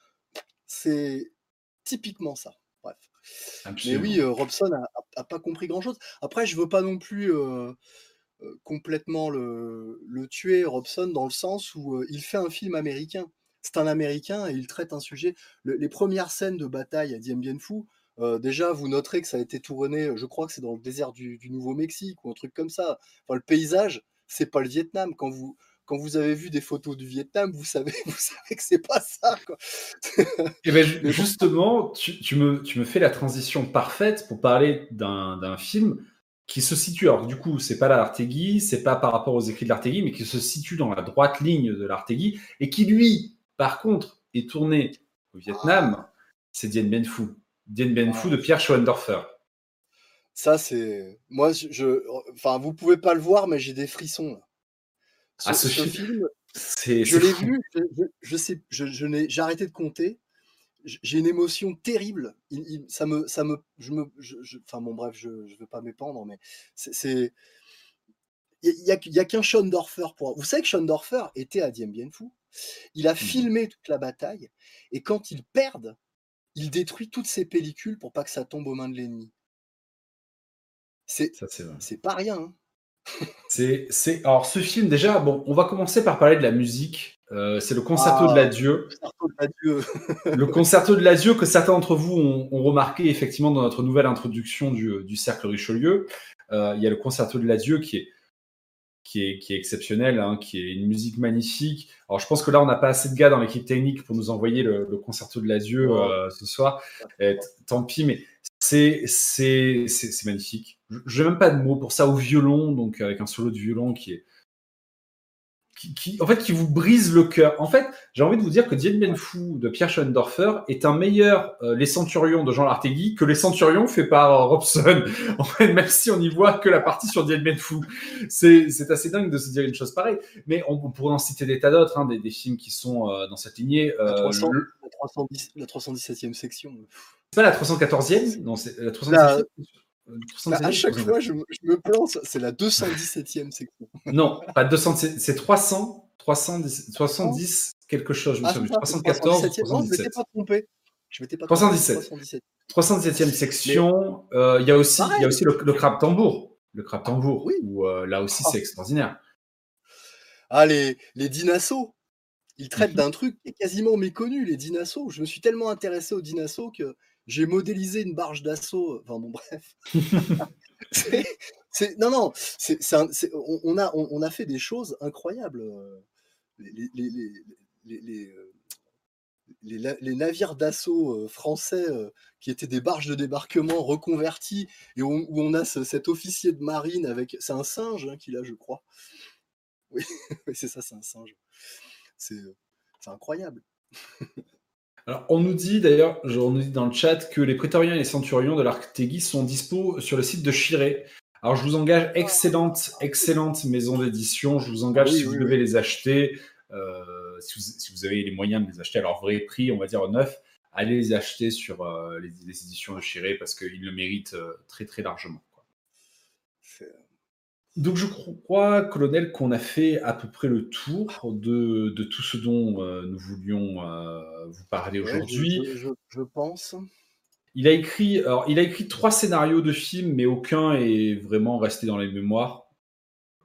S2: C'est typiquement ça. Bref. Mais
S1: Absolument.
S2: oui, Robson a pas compris grand-chose. Après, je veux pas non plus complètement le tuer, Robson, dans le sens où il fait un film américain. C'est un Américain et il traite un sujet. Les premières scènes de bataille à Dien Bien Phu, déjà, vous noterez que ça a été tourné, je crois que c'est dans le désert du Nouveau-Mexique ou un truc comme ça. Enfin, le paysage, c'est pas le Vietnam. Quand vous avez vu des photos du Vietnam, vous savez, vous savez que c'est pas ça, quoi.
S1: Et ben
S2: Mais bon,
S1: justement, tu me fais la transition parfaite pour parler d'un film qui se situe. Alors du coup, c'est pas l'Artegui, c'est pas par rapport aux écrits de l'Artegui, mais qui se situe dans la droite ligne de l'Artegui et qui lui, par contre, est tourné au Vietnam. C'est Dien Bien Phu. Dien Bien Phu
S2: ah,
S1: de Pierre Schoendoerfer.
S2: ça, c'est. Moi, enfin, vous pouvez pas le voir, mais j'ai des frissons, là.
S1: Ah, ce
S2: Ce
S1: film,
S2: film,
S1: c'est
S2: je l'ai
S1: fou.
S2: vu, j'ai arrêté de compter. J'ai une émotion terrible. Ça me, enfin bon, bref, je veux pas m'épandre, mais c'est, il y a qu'un Schoendoerfer pour. Vous savez que Schoendoerfer était à Dien Bien Phu. Il a
S1: Mhm.
S2: filmé toute la bataille, et quand ils perdent, il détruit toutes ses pellicules pour pas que ça tombe aux mains de l'ennemi. C'est,
S1: Ça, c'est vrai.
S2: c'est pas rien, hein.
S1: Alors, ce film, déjà, bon, on va commencer par parler de la musique. C'est le Concerto de
S2: Ah,
S1: l'adieu.
S2: Concerto de l'adieu.
S1: Le Concerto de l'adieu que certains d'entre vous ont remarqué effectivement dans notre nouvelle introduction du Cercle Richelieu. Il y a le Concerto de l'adieu qui est exceptionnel, hein, qui est une musique magnifique. Alors je pense que là, on n'a pas assez de gars dans l'équipe technique pour nous envoyer le Concerto de l'adieu
S2: Non,
S1: ce soir.
S2: pas trop, pas.
S1: Tant pis, mais c'est magnifique. Je n'ai même pas de mots pour ça au violon, donc avec un solo de violon en fait, qui vous brise le cœur. En fait, j'ai envie de vous dire que Dien Bien Phu de Pierre Schoendoerfer est un meilleur Les Centurions de Jean Lartégui que Les Centurions fait par Robson. En fait, même si on n'y voit que la partie sur Dien Bien Phu. C'est assez dingue de se dire une chose pareille. Mais on pourrait en citer des tas d'autres, hein, des films qui sont dans cette lignée.
S2: La 300, la 317e section.
S1: C'est pas la 314e. Non, c'est la
S2: La,
S1: 317e.
S2: à
S1: 317e,
S2: chaque
S1: 314e.
S2: fois, je me plante, c'est la 217e section.
S1: Non, pas 200, c'est 300, 310,
S2: Non,
S1: 70 quelque chose, je me
S2: ah, c'est
S1: souviens plus.
S2: ça, c'est
S1: 314 ou
S2: 317e. Non, je m'étais
S1: 317.
S2: pas trompé. Je m'étais pas trompé, c'est
S1: 317.
S2: 317.
S1: 317e
S2: Mais
S1: section. Il y a
S2: pareil,
S1: aussi le crabe tambour. Le crabe tambour,
S2: oui.
S1: où là aussi
S2: Ah,
S1: c'est extraordinaire.
S2: ah, les dinosaures. Ils traitent
S1: Mhm.
S2: d'un truc qui est quasiment méconnu, les dinosaures. Je me suis tellement intéressé aux dinosaures que j'ai modélisé une barge d'assaut. Enfin bon, bref. C'est, non, non, on a fait des choses incroyables. Les, les, les, les, les, euh, les navires d'assaut français qui étaient des barges de débarquement reconverties et où on a cet officier de marine avec. C'est un singe hein, qu'il a, je crois. Oui, oui, c'est ça, c'est un singe. C'est c'est incroyable.
S1: Alors, on nous dit d'ailleurs, on nous dit dans le chat que les prétoriens et les centurions de l'Arctégui sont dispo sur le site de Chiré. Alors, je vous engage, excellente maison d'édition. Je vous
S2: Ah
S1: engage,
S2: oui,
S1: si vous
S2: oui,
S1: devez
S2: oui.
S1: les acheter, si vous avez les moyens de les acheter à leur vrai prix, on va dire neuf, allez les acheter sur les éditions de Chiré parce qu'ils le méritent très très largement, quoi.
S2: C'est-
S1: Donc je crois, colonel, qu'on a fait à peu près le tour de tout ce dont nous voulions vous parler
S2: Ouais,
S1: aujourd'hui.
S2: je pense.
S1: Il a écrit 3 scénarios de films, mais aucun est vraiment resté dans les mémoires.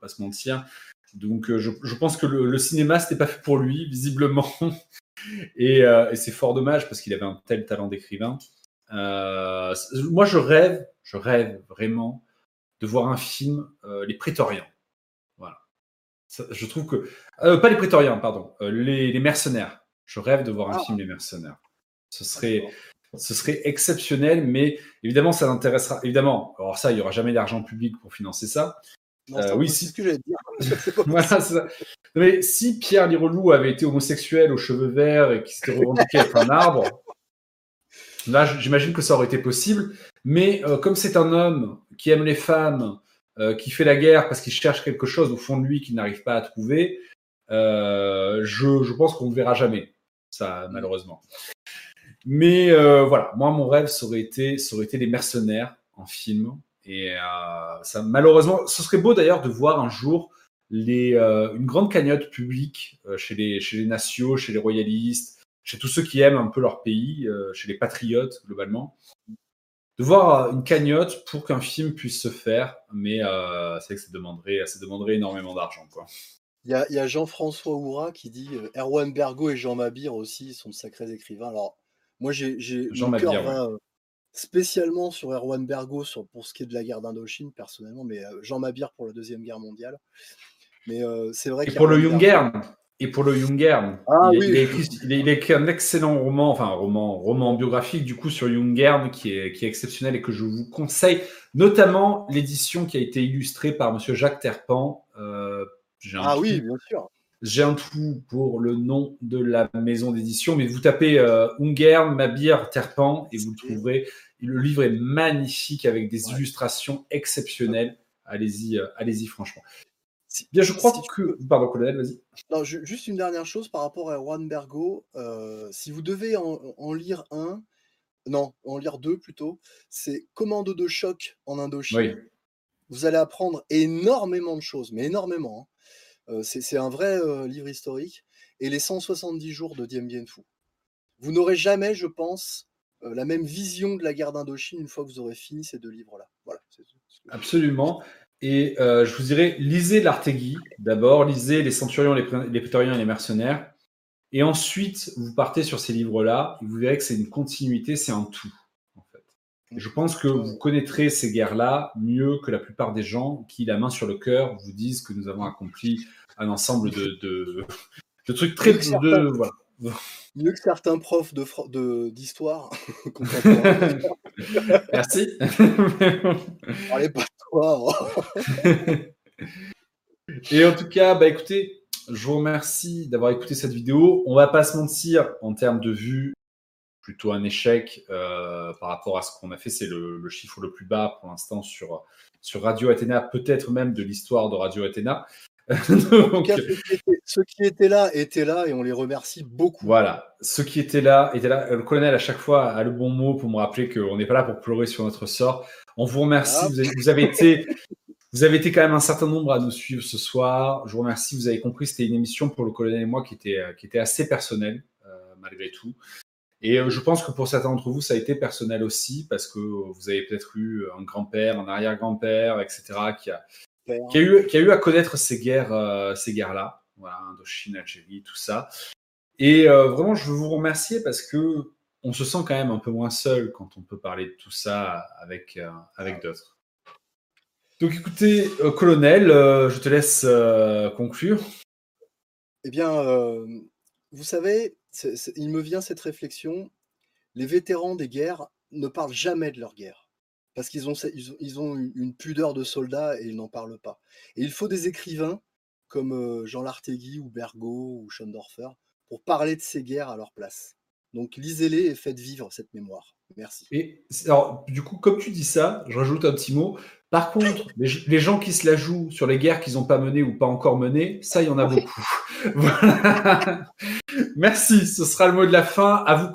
S1: pas se mentir. Donc, je pense que le cinéma, c'était pas fait pour lui, visiblement. Et c'est fort dommage parce qu'il avait un tel talent d'écrivain. Moi, je rêve vraiment de voir un film, Les Prétoriens. Voilà. Je trouve que. Pas Les Prétoriens, pardon. Les Mercenaires. Je rêve de voir un film Les Mercenaires. Ce serait exceptionnel, mais évidemment, ça l'intéressera. Évidemment, alors ça, il n'y aura jamais d'argent public pour financer ça.
S2: Non, oui, c'est ce que j'allais dire.
S1: Voilà, c'est ça. Mais si Pierre Lirelou avait été homosexuel aux cheveux verts et qu'il s'était revendiqué être un arbre, là, j'imagine que ça aurait été possible. Mais comme c'est un homme qui aime les femmes, qui fait la guerre parce qu'il cherche quelque chose au fond de lui qu'il n'arrive pas à trouver, je pense qu'on ne le verra jamais, ça, malheureusement. Mais voilà, moi, mon rêve, ça aurait été Les Mercenaires en film. Et ça, malheureusement, ce serait beau d'ailleurs de voir un jour une grande cagnotte publique chez les nationaux, chez les royalistes, chez tous ceux qui aiment un peu leur pays, chez les patriotes globalement, de voir une cagnotte pour qu'un film puisse se faire. Mais c'est vrai que ça demanderait énormément d'argent, quoi.
S2: Il y a Jean-François Hourat qui dit Erwan Bergo et Jean Mabir aussi sont de sacrés écrivains. Alors, moi, mon cœur va spécialement sur Erwan Bergo pour ce qui est de la guerre d'Indochine, personnellement, mais Jean Mabir pour la Deuxième Guerre mondiale. Mais c'est vrai
S1: Et pour le Jungern. Il a écrit un excellent roman, enfin un roman biographique du coup sur Jungern qui est exceptionnel et que je vous conseille, notamment l'édition qui a été illustrée par Monsieur Jacques Terpan.
S2: Oui, bien sûr.
S1: J'ai un trou pour le nom de la maison d'édition, mais vous tapez Jungern, Mabir, Terpan et vous le trouverez. Le livre est magnifique avec des illustrations exceptionnelles. Allez-y franchement. Bien, je crois que... Pardon, colonel, vas-y.
S2: Non, juste une dernière chose par rapport à Erwan Bergo. Si vous devez en lire en lire deux plutôt, c'est Commando de choc en Indochine.
S1: Oui.
S2: Vous allez apprendre énormément de choses, mais énormément. C'est un vrai livre historique. Et les 170 jours de Dien Bien Phu. Vous n'aurez jamais, je pense, la même vision de la guerre d'Indochine une fois que vous aurez fini ces deux livres-là. Voilà.
S1: Absolument. Et je vous dirais, lisez l'Artegui d'abord, lisez Les Centurions, les Prétoriens et les Mercenaires. Et ensuite, vous partez sur ces livres-là et vous verrez que c'est une continuité, c'est un tout. En fait. Et je pense que vous connaîtrez ces guerres-là mieux que la plupart des gens qui, la main sur le cœur, vous disent que nous avons accompli un ensemble de trucs très... Voilà.
S2: Mieux que certains profs d'histoire.
S1: Merci.
S2: Parlez pas de toi.
S1: Et en tout cas, écoutez, je vous remercie d'avoir écouté cette vidéo. On va pas se mentir, en termes de vues, plutôt un échec par rapport à ce qu'on a fait. C'est le chiffre le plus bas pour l'instant sur Radio Athéna, peut-être même de l'histoire de Radio Athéna.
S2: Donc, ceux qui étaient là et on les remercie beaucoup.
S1: Voilà, ceux qui étaient là. Le colonel, à chaque fois, a le bon mot pour me rappeler qu'on n'est pas là pour pleurer sur notre sort. On vous remercie. Vous avez été quand même un certain nombre à nous suivre ce soir. Je vous remercie. Vous avez compris, c'était une émission pour le colonel et moi qui était assez personnelle, malgré tout. Et je pense que pour certains d'entre vous, ça a été personnel aussi, parce que vous avez peut-être eu un grand-père, un arrière-grand-père, etc., qui a eu à connaître ces guerres-là, voilà, Indochine, Algérie, tout ça. Et vraiment, je veux vous remercier parce que on se sent quand même un peu moins seul quand on peut parler de tout ça avec d'autres. Donc écoutez, colonel, je te laisse conclure.
S2: Eh bien, vous savez, il me vient cette réflexion, les vétérans des guerres ne parlent jamais de leur guerre. Parce qu'ils ont une pudeur de soldats et ils n'en parlent pas. Et il faut des écrivains comme Jean Lartegui ou Bergo ou Schondorfer pour parler de ces guerres à leur place. Donc lisez-les et faites vivre cette mémoire. Merci.
S1: Et alors, du coup, comme tu dis ça, je rajoute un petit mot. Par contre, les gens qui se la jouent sur les guerres qu'ils n'ont pas menées ou pas encore menées, ça, il y en a beaucoup. Voilà. Merci, ce sera le mot de la fin. À vous.